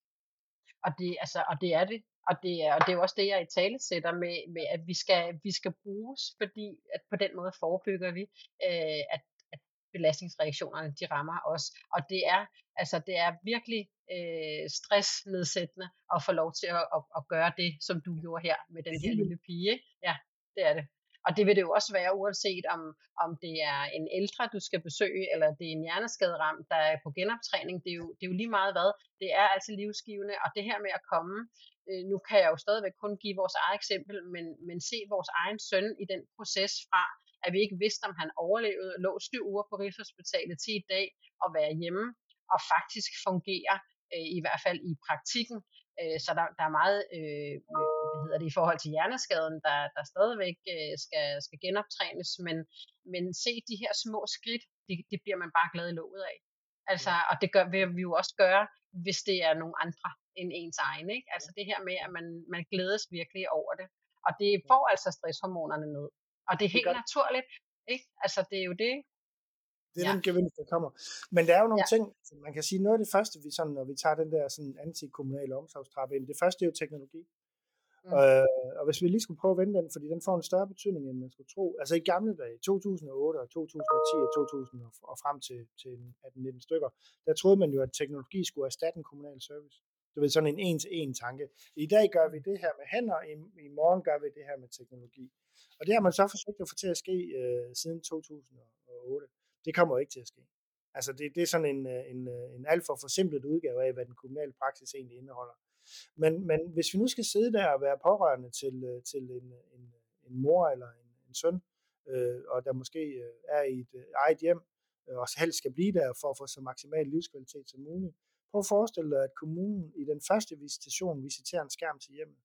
Og det, altså, og det er det. Og det er, og det er jo også det, jeg i tale sætter med, med at vi skal, vi skal bruges, fordi at på den måde forebygger vi, øh, at, at belastningsreaktionerne, de rammer os. Og det er, altså, det er virkelig øh, stressnedsættende at få lov til at, at, at gøre det, som du gjorde her med den her lille pige. Ja, det er det. Og det vil det jo også være, uanset om, om det er en ældre, du skal besøge, eller det er en hjerneskaderamt, der er på genoptræning. Det er, jo, det er jo lige meget hvad. Det er altså livsgivende, og det her med at komme, øh, nu kan jeg jo stadigvæk kun give vores eget eksempel, men, men se vores egen søn i den proces fra, at vi ikke vidste, om han overlevede, lå syv uger på Rigshospitalet til i dag, og være hjemme, og faktisk fungere, øh, i hvert fald i praktikken. Så der, der er meget øh, hvad hedder det, i forhold til hjerneskaden, der, der stadigvæk øh, skal, skal genoptrænes, men, men se de her små skridt, det, det bliver man bare glad i låget af. Altså, og det gør, vil vi jo også gøre, hvis det er nogle andre end ens egen. Ikke? Altså det her med, at man, man glædes virkelig over det. Og det får altså stresshormonerne ned. Og det er helt det naturligt. Ikke? Altså det er jo det. Det er ja. Den gevinst, der kommer. Men der er jo nogle ja. ting, man kan sige, noget af det første, vi sådan, når vi tager den der sådan antikommunale omsorgstrappe ind, det første er jo teknologi. Mm. Øh, og hvis vi lige skulle prøve at vende den, fordi den får en større betydning, end man skulle tro. Altså i gamle dage, to tusind og otte og to tusind og ti og to tusind og frem til, til atten nitten stykker, der troede man jo, at teknologi skulle erstatte en kommunal service. Du ved, sådan en en-til-en tanke. I dag gør vi det her med hænder, i, i morgen gør vi det her med teknologi. Og det har man så forsøgt at få til at ske øh, siden to tusind og otte. Det kommer jo ikke til at ske. Altså det, det er sådan en, en, en alt for forsimplet udgave af, hvad den kommunale praksis egentlig indeholder. Men, men hvis vi nu skal sidde der og være pårørende til, til en, en, en mor eller en, en søn, øh, og der måske er i et eget hjem, og helst skal blive der for at få så maksimal livskvalitet som muligt, prøv at forestille dig, at kommunen i den første visitation visiterer en skærm til hjemmet.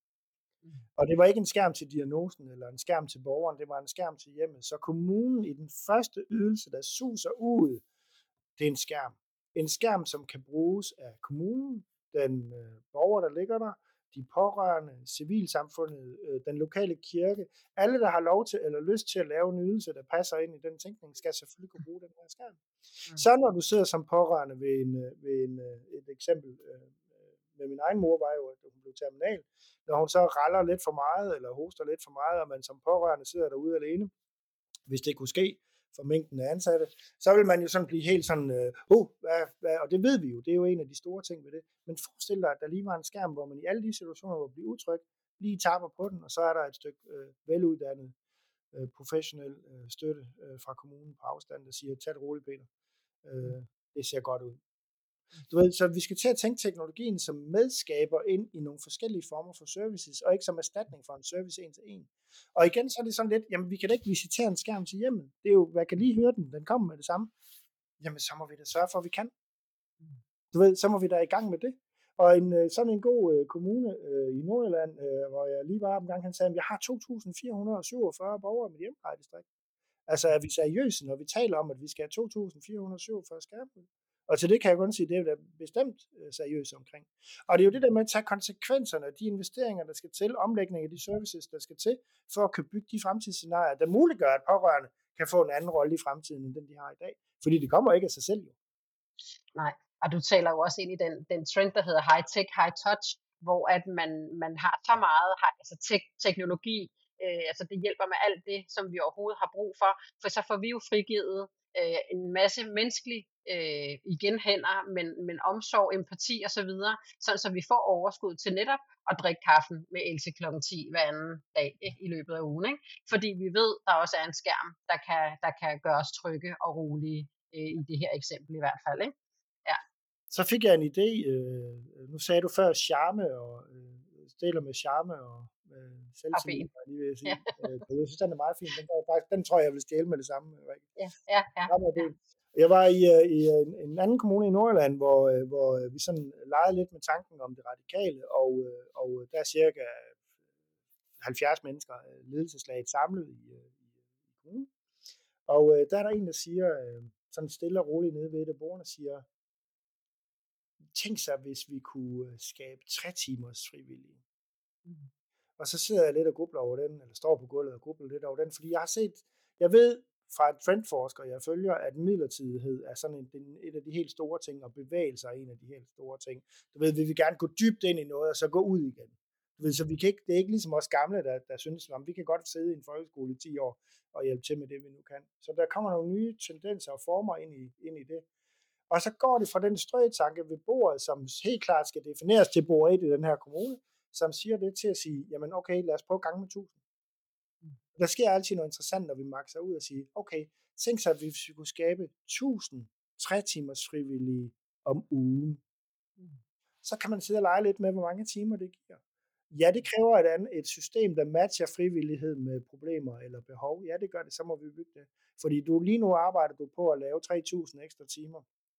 Og det var ikke en skærm til diagnosen eller en skærm til borgeren, det var en skærm til hjemmet. Så kommunen i den første ydelse, der suser ud, det er en skærm. En skærm, som kan bruges af kommunen, den øh, borger, der ligger der, de pårørende, civilsamfundet, øh, den lokale kirke. Alle, der har lov til eller lyst til at lave en ydelse, der passer ind i den tænkning, skal selvfølgelig kunne bruge den her skærm. Mm. Så når du sidder som pårørende ved, en, ved en, et eksempel, øh, med min egen mor, var jo, at hun blev terminal. Når hun så raller lidt for meget, eller hoster lidt for meget, og man som pårørende sidder derude alene, hvis det kunne ske for mængden af ansatte, så vil man jo sådan blive helt sådan, øh, uh, hvad, hvad, og det ved vi jo, det er jo en af de store ting ved det. Men forestil dig, at der lige var en skærm, hvor man i alle de situationer, hvor man bliver utryg, lige tapper på den, og så er der et stykke øh, veluddannet, øh, professionel øh, støtte øh, fra kommunen på afstand, der siger, tag det roligt, Peter. Øh, det ser godt ud. Du ved, så vi skal til at tænke teknologien som medskaber ind i nogle forskellige former for services, og ikke som erstatning for en service en til en. Og igen, så er det sådan lidt, jamen vi kan da ikke visitere en skærm til hjemmet. Det er jo, hvad kan lige høre den, den kommer med det samme. Jamen så må vi da sørge for, at vi kan. Du ved, så må vi da i gang med det. Og en, sådan en god øh, kommune øh, i Nordjylland, øh, hvor jeg lige var omgang, han sagde, at jeg har to tusind fire hundrede og syvogfyrre borgere i mit hjemmeplejedistrikt. Altså er vi seriøse, når vi taler om, at vi skal have to tusind fire hundrede og syvogfyrre skærme? Og til det kan jeg kun sige, at det er bestemt seriøst omkring. Og det er jo det der med at tage konsekvenserne af de investeringer, der skal til, omlægning af de services, der skal til, for at kunne bygge de fremtidsscenarier, der muliggør, at pårørende kan få en anden rolle i fremtiden, end den de har i dag. Fordi det kommer ikke af sig selv jo. Nej, og du taler jo også ind i den, den trend, der hedder high tech, high touch, hvor at man, man har så meget altså tek, teknologi, øh, altså det hjælper med alt det, som vi overhovedet har brug for, for så får vi jo frigivet øh, en masse menneskelig øh, igen hænder, men, men omsorg, empati og så videre, sådan så vi får overskud til netop at drikke kaffen med Else klokken ti hver anden dag ikke, i løbet af ugen, ikke? Fordi vi ved, der også er en skærm, der kan, der kan gøre os trygge og rolige øh, i det her eksempel i hvert fald, ikke? Ja. Så fik jeg en idé, øh, nu sagde du før charme, og øh, stiller med charme og øh, selvtillid, lige vil jeg sige. Ja. øh, jeg synes, den er meget fin. Den, faktisk, den tror jeg, jeg vil stjæle med det samme. Ja, ja, ja. ja. Jeg var i, i en, en anden kommune i Nordjylland, hvor, hvor vi sådan legede lidt med tanken om det radikale, og, og der er cirka halvfjerds mennesker ledelseslaget samlet i, i, i kommunen. Og der er der en, der siger, sådan stille og roligt nede ved det bordene, siger, tænk sig, hvis vi kunne skabe tre timers frivillige. Mm. Og så sidder jeg lidt og grubler over den, eller står på gulvet og grubler lidt over den, fordi jeg har set, jeg ved fra en trendforsker, jeg følger, at midlertidighed er sådan en, et af de helt store ting, og bevægelser er en af de helt store ting. Du ved, vi vil gerne gå dybt ind i noget, og så gå ud igen. Du ved, så vi kan ikke, det er ikke ligesom os gamle, der, der synes, at vi kan godt sidde i en folkeskole i ti år, og hjælpe til med det, vi nu kan. Så der kommer nogle nye tendenser og former ind i, ind i det. Og så går det fra den strøtanke ved bordet, som helt klart skal defineres til bord et i den her kommune, som siger det til at sige, jamen okay, lad os prøve gange med tusind. Der sker altid noget interessant, når vi makser ud og siger, okay, tænk sig, at hvis vi kunne skabe tusind tre timers frivillige om ugen. Så kan man sidde og lege lidt med, hvor mange timer det giver. Ja, det kræver et, andet, et system, der matcher frivillighed med problemer eller behov. Ja, det gør det, så må vi bygge det. Fordi du, lige nu arbejder du på at lave tre tusind ekstra timer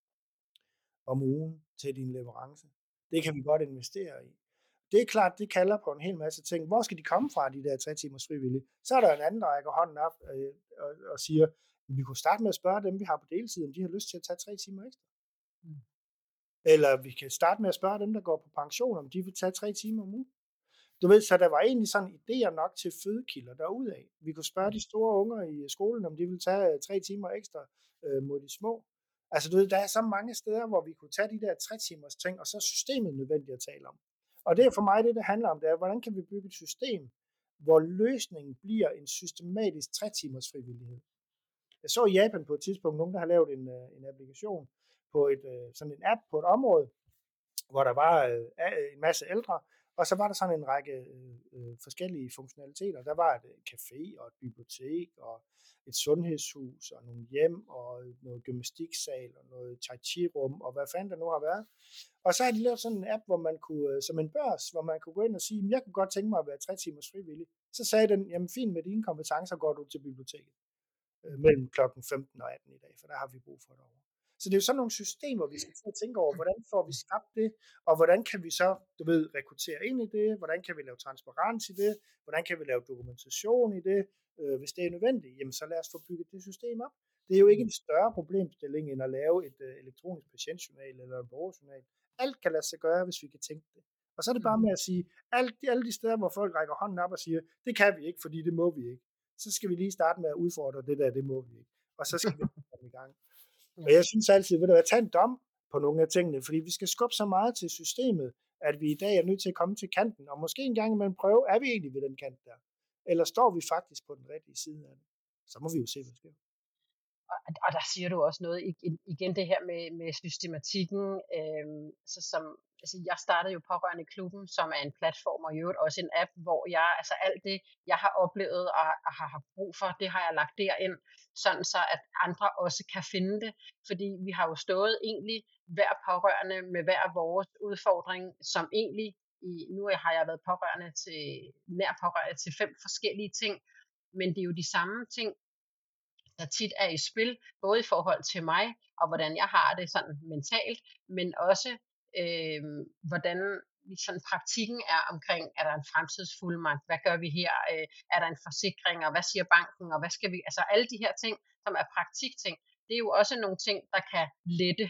om ugen til din leverance. Det kan vi godt investere i. Det er klart, det kalder på en hel masse ting. Hvor skal de komme fra, de der tre timers frivillige? Så er der en anden, der rækker hånden op øh, og, og siger, vi kunne starte med at spørge dem, vi har på deltid, om de har lyst til at tage tre timer ekstra. Mm. Eller vi kan starte med at spørge dem, der går på pension, om de vil tage tre timer om ugen. Du ved, så der var egentlig sådan idéer nok til fødekilder derudad. Vi kunne spørge de store unger i skolen, om de vil tage tre timer ekstra øh, mod de små. Altså du ved, der er så mange steder, hvor vi kunne tage de der tre timers ting, og så er systemet nødvendigt at tale om. Og det er for mig det, det handler om, det er, hvordan kan vi bygge et system, hvor løsningen bliver en systematisk tre timers frivillighed. Jeg så i Japan på et tidspunkt, nogen der har lavet en, en applikation på et, sådan en app på et område, hvor der var en masse ældre, og så var der sådan en række øh, forskellige funktionaliteter. Der var et café og et bibliotek og et sundhedshus og nogle hjem og noget gymnastiksal og noget tai chi rum og hvad fanden der nu har været. Og så har de lavet sådan en app, hvor man kunne, som en børs, hvor man kunne gå ind og sige, jeg kunne godt tænke mig at være tre timers frivillig. Så sagde den, jamen fint, med dine kompetencer går du til biblioteket øh, mellem klokken femten og atten i dag, for der har vi brug for det over. Så det er jo sådan nogle systemer, vi skal til at tænke over, hvordan får vi skabt det, og hvordan kan vi så, du ved, rekruttere ind i det, hvordan kan vi lave transparens i det, hvordan kan vi lave dokumentation i det, øh, hvis det er nødvendigt, jamen så lad os få bygget det system op. Det er jo ikke en større problemstilling, end at lave et øh, elektronisk patientjournal eller en borgerjournal. Alt kan lade sig gøre, hvis vi kan tænke det. Og så er det bare med at sige, alle de, alle de steder, hvor folk rækker hånden op og siger, det kan vi ikke, fordi det må vi ikke. Så skal vi lige starte med at udfordre det der, det må vi ikke. Og så skal vi komme i gang. Og jeg synes altid, at der er tage en dom på nogle af tingene, fordi vi skal skubbe så meget til systemet, at vi i dag er nødt til at komme til kanten, og måske en gang imellem prøve, er vi egentlig ved den kant der? Eller står vi faktisk på den rigtige side af det? Så må vi jo se, hvad der sker. Og, og der siger du også noget, igen det her med, med systematikken, øhm, så som, altså jeg startede jo Pårørende Klubben, som er en platform, og i øvrigt også en app, hvor jeg, altså alt det, jeg har oplevet og, og har haft brug for, det har jeg lagt derind, sådan så at andre også kan finde det, fordi vi har jo stået egentlig hver pårørende med hver vores udfordring, som egentlig, i, nu har jeg været pårørende til, nær pårørende til fem forskellige ting, men det er jo de samme ting, der tit er i spil, både i forhold til mig, og hvordan jeg har det sådan mentalt, men også øh, hvordan sådan praktikken er omkring, er der en fremtidsfuldmagt, hvad gør vi her, øh, er der en forsikring, og hvad siger banken, og hvad skal vi, altså alle de her ting, som er praktikting, det er jo også nogle ting, der kan lette,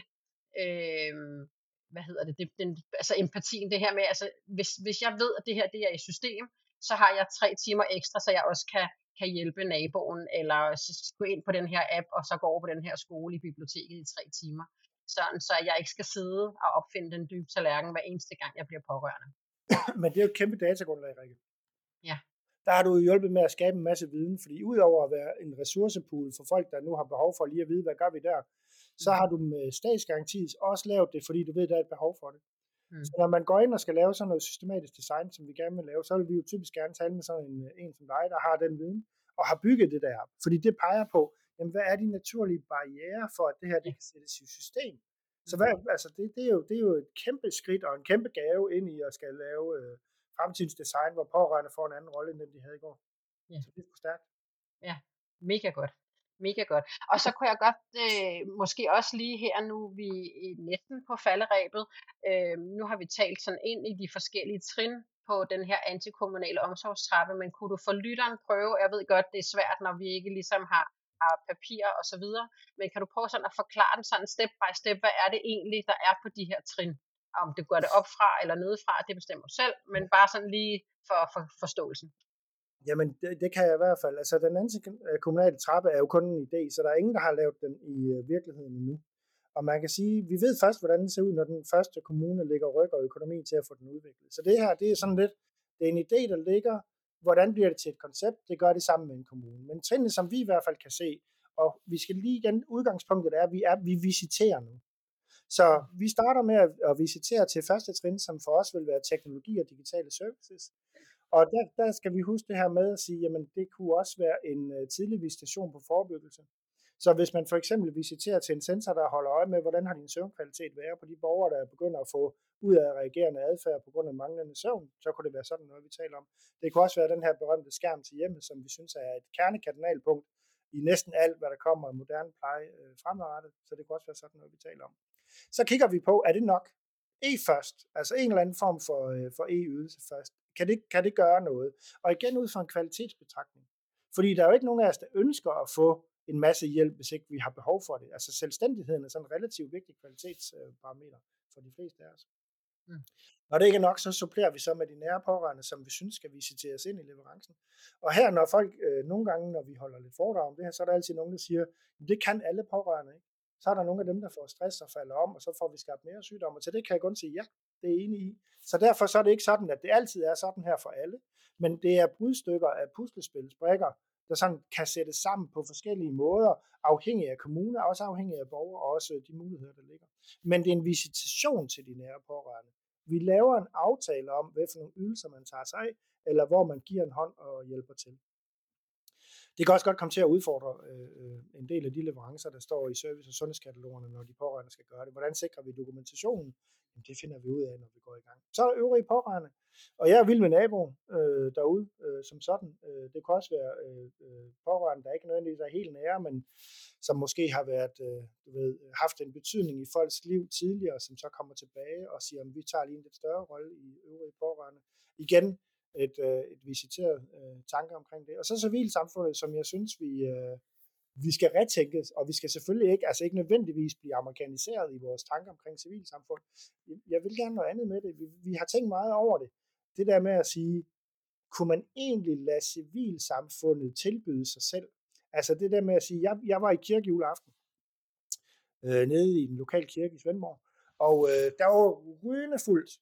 øh, hvad hedder det, det den, altså empatien, det her med, altså hvis, hvis jeg ved, at det her det er i system, så har jeg tre timer ekstra, så jeg også kan kan hjælpe naboen, eller gå ind på den her app, og så gå over på den her skole i biblioteket i tre timer. Sådan, så jeg ikke skal sidde og opfinde den dybe tallerken hver eneste gang, jeg bliver pårørende. Men det er jo et kæmpe datagrundlag, Rikke. Ja. Der har du hjulpet med at skabe en masse viden, fordi udover at være en ressourcepool for folk, der nu har behov for lige at vide, hvad gør vi der, så har du med statsgarantis også lavet det, fordi du ved, der er et behov for det. Mm. Så når man går ind og skal lave sådan noget systematisk design, som vi gerne vil lave, så vil vi jo typisk gerne tale med sådan en, en som dig, der har den viden, og har bygget det der. Fordi det peger på, jamen, hvad er de naturlige barrierer for, at det her det kan sættes i system. Så hvad, altså, det, det, er jo, det er jo et kæmpe skridt og en kæmpe gave ind i at skal lave øh, fremtidens design, hvor pårørende får en anden rolle, end den de havde i går. Ja. Så det er for stærkt. Ja, mega godt. Mega godt. Og så kunne jeg godt øh, måske også lige her nu, vi er næsten på falderebet, øh, nu har vi talt sådan ind i de forskellige trin på den her antikommunale omsorgstrappe, men kunne du for lytteren prøve, jeg ved godt, det er svært, når vi ikke ligesom har, har papir og så videre, men kan du prøve sådan at forklare den sådan step by step, hvad er det egentlig, der er på de her trin? Om det går det op fra eller nedefra, det bestemmer du selv, men bare sådan lige for, for forståelsen. Jamen, det, det kan jeg i hvert fald. Altså, den antikommunale trappe er jo kun en idé, så der er ingen, der har lavet den i virkeligheden endnu. Og man kan sige, vi ved først, hvordan den ser ud, når den første kommune lægger ryg og økonomi til at få den udviklet. Så det her, det er sådan lidt, det er en idé, der ligger, hvordan bliver det til et koncept, det gør det sammen med en kommune. Men trinene, som vi i hvert fald kan se, og vi skal lige igen, udgangspunktet er, at vi, er, vi visiterer nu. Så vi starter med at, at visitere til første trin, som for os vil være teknologi og digitale services. Og der, der skal vi huske det her med at sige, jamen det kunne også være en uh, tidlig visitation på forebyggelse. Så hvis man for eksempel visiterer til en sensor, der holder øje med, hvordan har din søvnkvalitet været på de borgere, der begynder at få udadreagerende adfærd på grund af manglende søvn, så kunne det være sådan noget, vi taler om. Det kunne også være den her berømte skærm til hjemmet, som vi synes er et kernekardinalpunkt i næsten alt, hvad der kommer af moderne pleje øh, fremadrettet. Så det kunne også være sådan noget, vi taler om. Så kigger vi på, er det nok? E først, altså en eller anden form for, øh, for e-ydelse først. Kan det, kan det gøre noget? Og igen ud fra en kvalitetsbetragtning. Fordi der er jo ikke nogen af os, der ønsker at få en masse hjælp, hvis ikke vi har behov for det. Altså selvstændigheden er sådan en relativt vigtig kvalitetsparameter for de fleste af os. Mm. Når det ikke er nok, så supplerer vi så med de nære pårørende, som vi synes skal visiteres ind i leverancen. Og her, når folk, øh, nogle gange, når vi holder lidt foredrag om det her, så er der altid nogen, der siger, at det kan alle pårørende ikke. Så er der nogle af dem, der får stress og falder om, og så får vi skabt mere sygdom. Og til det kan jeg kun sige, ja, det er enig i. Så derfor så er det ikke sådan, at det altid er sådan her for alle. Men det er brudstykker af puslespilsbrikker, der sådan kan sættes sammen på forskellige måder, afhængig af kommuner, også afhængig af borgere, og også de muligheder, der ligger. Men det er en visitation til de nære pårørende. Vi laver en aftale om, hvad for nogle ydelser man tager sig af, eller hvor man giver en hånd og hjælper til. Det kan også godt komme til at udfordre øh, en del af de leverancer, der står i service- og sundhedskatalogerne, når de pårørende skal gøre det. Hvordan sikrer vi dokumentationen? Jamen, det finder vi ud af, når vi går i gang. Så er der øvrige pårørende. Og jeg er vild med naboen øh, derude øh, som sådan. Øh, det kan også være øh, pårørende, der ikke nødvendigvis er helt nære, men som måske har været, øh, du ved, haft en betydning i folks liv tidligere, som så kommer tilbage og siger, at vi tager lige en lidt større rolle i øvrige pårørende. Igen, et, øh, et visiteret øh, tanke omkring det. Og så civilsamfundet, som jeg synes, vi, øh, vi skal retænkes, og vi skal selvfølgelig ikke, altså ikke nødvendigvis blive amerikaniseret i vores tanker omkring civilsamfund. Jeg vil gerne noget andet med det. Vi, vi har tænkt meget over det. Det der med at sige, kunne man egentlig lade civilsamfundet tilbyde sig selv? Altså det der med at sige, jeg, jeg var i kirke juleaften, øh, nede i en lokal kirke i Svendborg, og øh, der var rygende fuldt.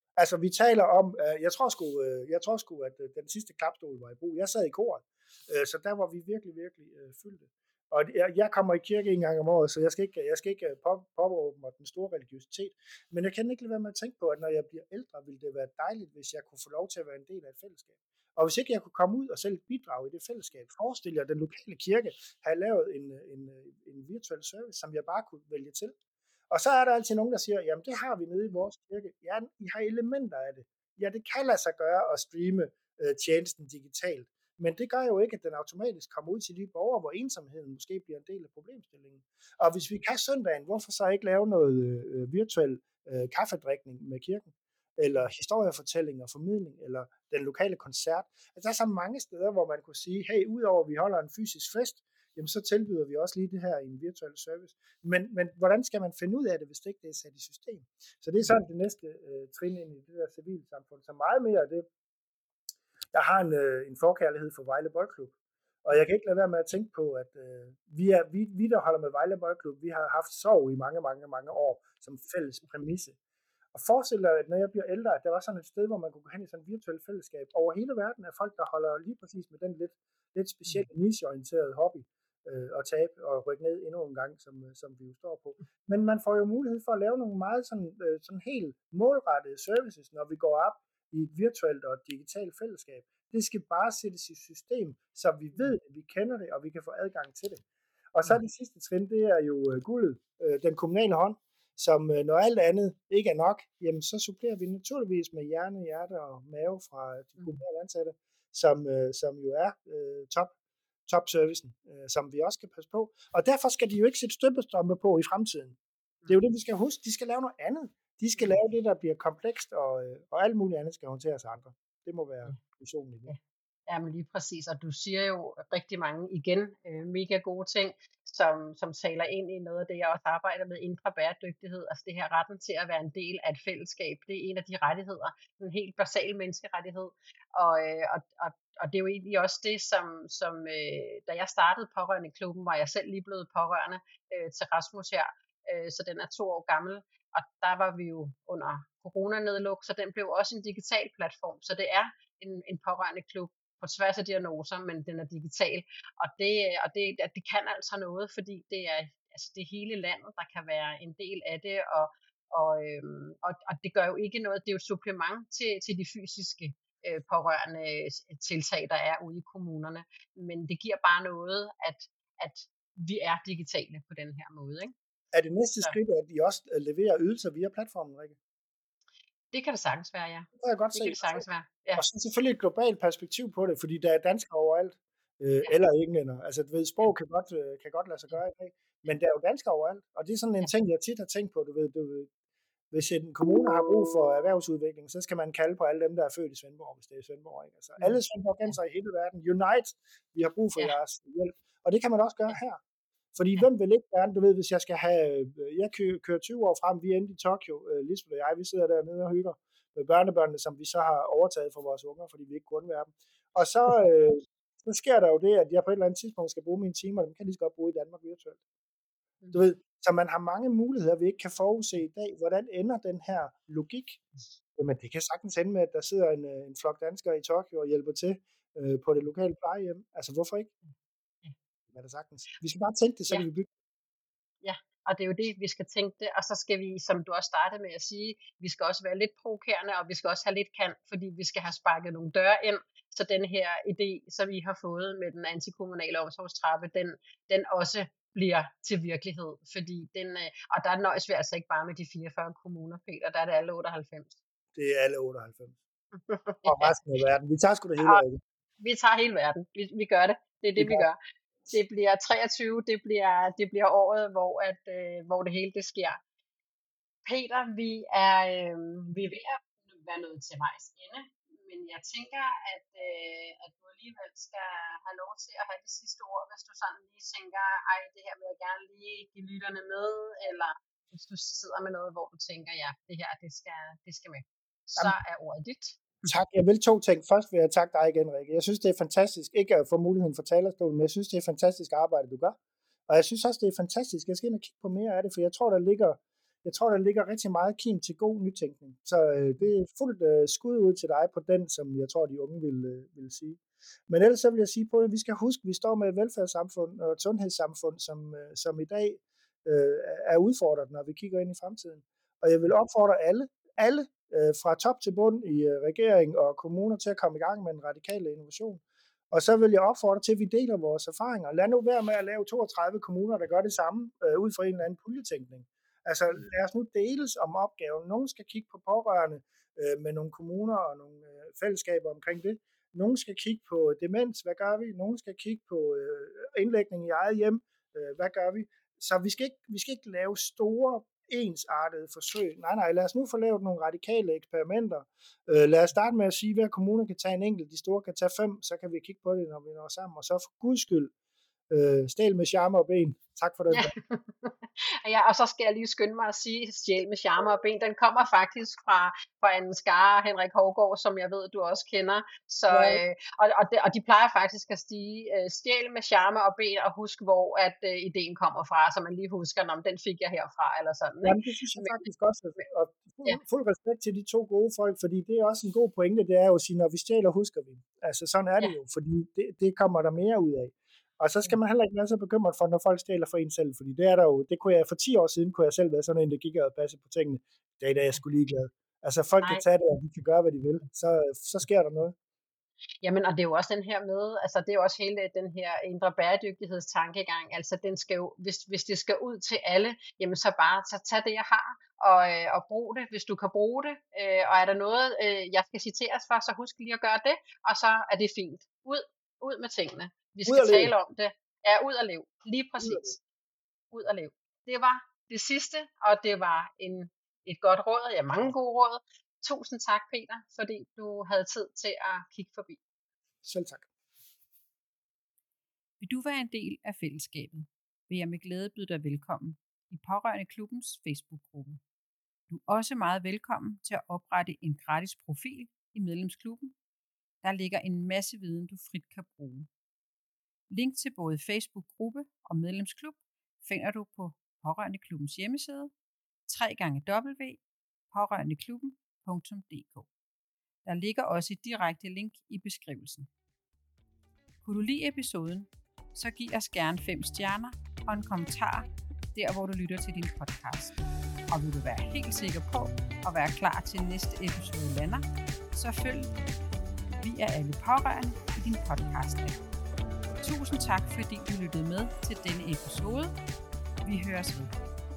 Altså, vi taler om, øh, jeg tror sgu, øh, jeg tror sgu, at øh, den sidste klapstol var i brug. Jeg sad i koret, øh, så der var vi virkelig, virkelig øh, fyldte. Og jeg, jeg kommer i kirke en gang om året, så jeg skal ikke, jeg skal ikke pop, påråbe mig den store religiøsitet. Men jeg kan ikke lade være med at tænke på, at når jeg bliver ældre, ville det være dejligt, hvis jeg kunne få lov til at være en del af et fællesskab. Og hvis ikke jeg kunne komme ud og selv bidrage i det fællesskab, forestil jer, at den lokale kirke har lavet en, en, en virtuel service, som jeg bare kunne vælge til. Og så er der altid nogen, der siger, jamen det har vi nede i vores kirke. Ja, I har elementer af det. Ja, det kan lade sig gøre at streame øh, tjenesten digitalt. Men det gør jo ikke, at den automatisk kommer ud til de borgere, hvor ensomheden måske bliver en del af problemstillingen. Og hvis vi kan søndagen, hvorfor så ikke lave noget øh, virtuel øh, kaffedrikning med kirken? Eller historiefortælling og formidling, eller den lokale koncert. Altså, der er så mange steder, hvor man kunne sige, hey, udover at vi holder en fysisk fest, jamen så tilbyder vi også lige det her i en virtuel service. Men, men hvordan skal man finde ud af det, hvis det ikke det er sat i system? Så det er sådan det næste øh, trin ind i det der civilsamfund. Så meget mere af det. Jeg har en, øh, en forkærlighed for Vejle Boldklub, og jeg kan ikke lade være med at tænke på, at øh, vi, er, vi, vi, der holder med Vejle Boldklub, vi har haft sorg i mange, mange, mange år som fælles præmisse. Og forestil dig, at når jeg bliver ældre, at der var sådan et sted, hvor man kunne gå hen i sådan et virtuelt fællesskab over hele verden af folk, der holder lige præcis med den lidt, lidt specielle nicheorienterede hobby øh, og tabe og rykke ned endnu en gang, som, som vi jo står på. Men man får jo mulighed for at lave nogle meget sådan, øh, sådan helt målrettede services, når vi går op i et virtuelt og et digitalt fællesskab. Det skal bare sættes i system, så vi ved det, vi kender det, og vi kan få adgang til det. Og så det sidste trin, det er jo øh, guldet, øh, den kommunale hånd, som øh, når alt andet ikke er nok, jamen så supplerer vi naturligvis med hjerne, hjerte og mave fra de kommunale ansatte, som, øh, som jo er øh, top, top servicen, øh, som vi også skal passe på. Og derfor skal de jo ikke sætte støbestrømpe på i fremtiden. Det er jo det, vi skal huske. De skal lave noget andet. De skal lave det, der bliver komplekst, og, øh, og alt muligt andet skal håndteres af andre. Det må være visionen i det. Ja, men lige præcis, og du siger jo rigtig mange, igen, øh, mega gode ting, som, som taler ind i noget af det, jeg også arbejder med, indre bæredygtighed, altså det her retten til at være en del af et fællesskab, det er en af de rettigheder, en helt basal menneskerettighed, og, øh, og, og, og det er jo egentlig også det, som, som øh, da jeg startede Pårørendeklubben, var jeg selv lige blevet pårørende øh, til Rasmus her, øh, så den er to år gammel, og der var vi jo under coronanedluk, så den blev også en digital platform, så det er en, en pårørendeklub på tværs af diagnoser, men den er digital, og det, og det, det kan altså noget, fordi det er, altså det er hele landet, der kan være en del af det, og, og, øhm, og, og det gør jo ikke noget, det er jo et supplement til, til de fysiske øh, pårørende tiltag, der er ude i kommunerne, men det giver bare noget, at, at vi er digitale på den her måde. Ikke? Er det næste Så. skridt, at I også leverer ydelser via platformen, Rikke? Det kan det sagtens være, ja. Det kan jeg godt det se. Kan det sagtens være. Ja. Og så selvfølgelig et globalt perspektiv på det, fordi der er danskere overalt, øh, ja. eller englænder. Altså, du ved, sprog kan godt, øh, kan godt lade sig gøre i dag, men der er jo danskere overalt, og det er sådan en ja. ting, jeg tit har tænkt på, du ved, du ved, hvis en kommune har brug for erhvervsudvikling, så skal man kalde på alle dem, der er født i Svendborg, hvis det er Svendborg, ikke? Altså, alle svendborgenser i hele verden, unite, vi har brug for ja. jeres hjælp, og det kan man også gøre her. Fordi ja. hvem vil ikke gerne, du ved, hvis jeg skal have, jeg kører tyve år frem, vi er inde i Tokyo, Lisbeth og jeg, vi sidder dernede og hygger med børnebørnene, som vi så har overtaget fra vores unger, fordi vi ikke kunne være dem. Og så, øh, så sker der jo det, at jeg på et eller andet tidspunkt skal bruge mine timer, dem kan de så godt bruge i Danmark virtuelt. Du ved, så man har mange muligheder, vi ikke kan forudse i dag. Hvordan ender den her logik? Jamen, det kan sagtens ende med, at der sidder en, en flok danskere i Tokyo og hjælper til øh, på det lokale plejehjem. Altså, hvorfor ikke? Det er det sagtens. Vi skal bare tænke det, så ja. vi bygge. Ja, og det er jo det, vi skal tænke det, og så skal vi, som du også startede med at sige, vi skal også være lidt provokerende, og vi skal også have lidt kant, fordi vi skal have sparket nogle døre ind, så den her idé, som vi har fået med den antikommunale omsorgstrappe, den, den også bliver til virkelighed, fordi den, og der nøjes vi altså ikke bare med de fireogfyrre kommuner, Peter, der er det alle otteoghalvfems. Det er alle otteoghalvfems. Og resten af verden. Vi tager sgu det hele af det. Vi tager hele verden. Vi, vi gør det. Det er det, vi, vi gør. Det bliver treogtyve, det bliver, det bliver året, hvor, at, øh, hvor det hele det sker. Peter, vi er, øh, vi er ved at være nået til vejs ende, men jeg tænker, at, øh, at du alligevel skal have lov til at have det sidste ord, hvis du sådan lige tænker, ej, det her vil jeg gerne lige give lytterne med, eller hvis du sidder med noget, hvor du tænker, ja, det her, det skal, det skal med. Så er ordet dit. Tak. Jeg vil to ting. Først vil jeg takke dig igen, Rikke. Jeg synes, det er fantastisk, ikke at få muligheden for talerstolen, men jeg synes, det er fantastisk arbejde, du gør. Og jeg synes også, det er fantastisk. Jeg skal ind og kigge på mere af det, for jeg tror, der ligger jeg tror, der ligger rigtig meget kim til god nytænkning. Så øh, det er fuldt øh, skud ud til dig på den, som jeg tror, de unge vil, øh, vil sige. Men ellers så vil jeg sige på, at vi skal huske, at vi står med et velfærdssamfund og et sundhedssamfund, som, øh, som i dag øh, er udfordret, når vi kigger ind i fremtiden. Og jeg vil opfordre alle, alle øh, fra top til bund i øh, regering og kommuner til at komme i gang med en radikal innovation. Og så vil jeg opfordre til, at vi deler vores erfaringer. Lad nu være med at lave toogtredive kommuner, der gør det samme øh, ud fra en eller anden puljetænkning. Altså lad os nu deles om opgaven. Nogen skal kigge på pårørende øh, med nogle kommuner og nogle øh, fællesskaber omkring det. Nogen skal kigge på demens, hvad gør vi? Nogen skal kigge på øh, indlægning i eget hjem, øh, hvad gør vi? Så vi skal, ikke, vi skal ikke lave store, ensartede forsøg. Nej, nej, lad os nu få lavet nogle radikale eksperimenter. Øh, lad os starte med at sige, at hver kommune kan tage en enkelt, de store kan tage fem, så kan vi kigge på det, når vi når sammen. Og så for guds skyld, øh, stjæl med charme og ben. Tak for det. Ja. Ja, og så skal jeg lige skynde mig at sige, stjæl med charme og ben, den kommer faktisk fra, fra en skare, Henrik Hovgaard, som jeg ved, du også kender. Så, ja. øh, og, og, de, og de plejer faktisk at sige, øh, stjæl med charme og ben, og husk, hvor at øh, ideen kommer fra, så man lige husker, om den fik jeg herfra, eller sådan. Jamen, det synes jeg faktisk også, og fuld, fuld respekt til de to gode folk, fordi det er også en god pointe, det er jo at sige, når vi stjæler, husker vi. Altså, sådan er det ja. jo, fordi det, det kommer der mere ud af. Og så skal man heller ikke være så bekymret for, når folk stjæler for en selv, fordi det er der jo, det kunne jeg for ti år siden, kunne jeg selv være sådan en, der gik og passe på tingene. Det er i dag, jeg skulle ligeglad. Altså folk Nej. kan tage det, og de kan gøre, hvad de vil. Så, så sker der noget. Jamen, og det er jo også den her med, altså det er jo også hele den her indre bæredygtighedstankegang, altså den skal jo, hvis, hvis det skal ud til alle, jamen så bare så tag det, jeg har, og, og brug det, hvis du kan bruge det, øh, og er der noget, øh, jeg skal citeres for, så husk lige at gøre det, og så er det fint. Ud, ud med tingene. Vi skal tale om det. Ja, ud og lev. Lige præcis. Ud og lev. Det var det sidste, og det var en, et godt råd. Ja, mange gode råd. Tusind tak, Peter, fordi du havde tid til at kigge forbi. Selv tak. Vil du være en del af fællesskabet, vil jeg med glæde byde dig velkommen i Pårørende Klubbens Facebook-gruppe. Du er også meget velkommen til at oprette en gratis profil i medlemsklubben. Der ligger en masse viden, du frit kan bruge. Link til både Facebook-gruppe og medlemsklub finder du på Pårørende Klubbens hjemmeside w w w punktum pårørendeklubben punktum d k. Der ligger også et direkte link i beskrivelsen. Kunne du lide episoden, så giv os gerne fem stjerner og en kommentar der, hvor du lytter til din podcast. Og vil du være helt sikker på at være klar til næste episode lander, så følg Vi er alle pårørende i din podcast-app. Tusind tak, fordi du lyttede med til denne episode. Vi høres ved.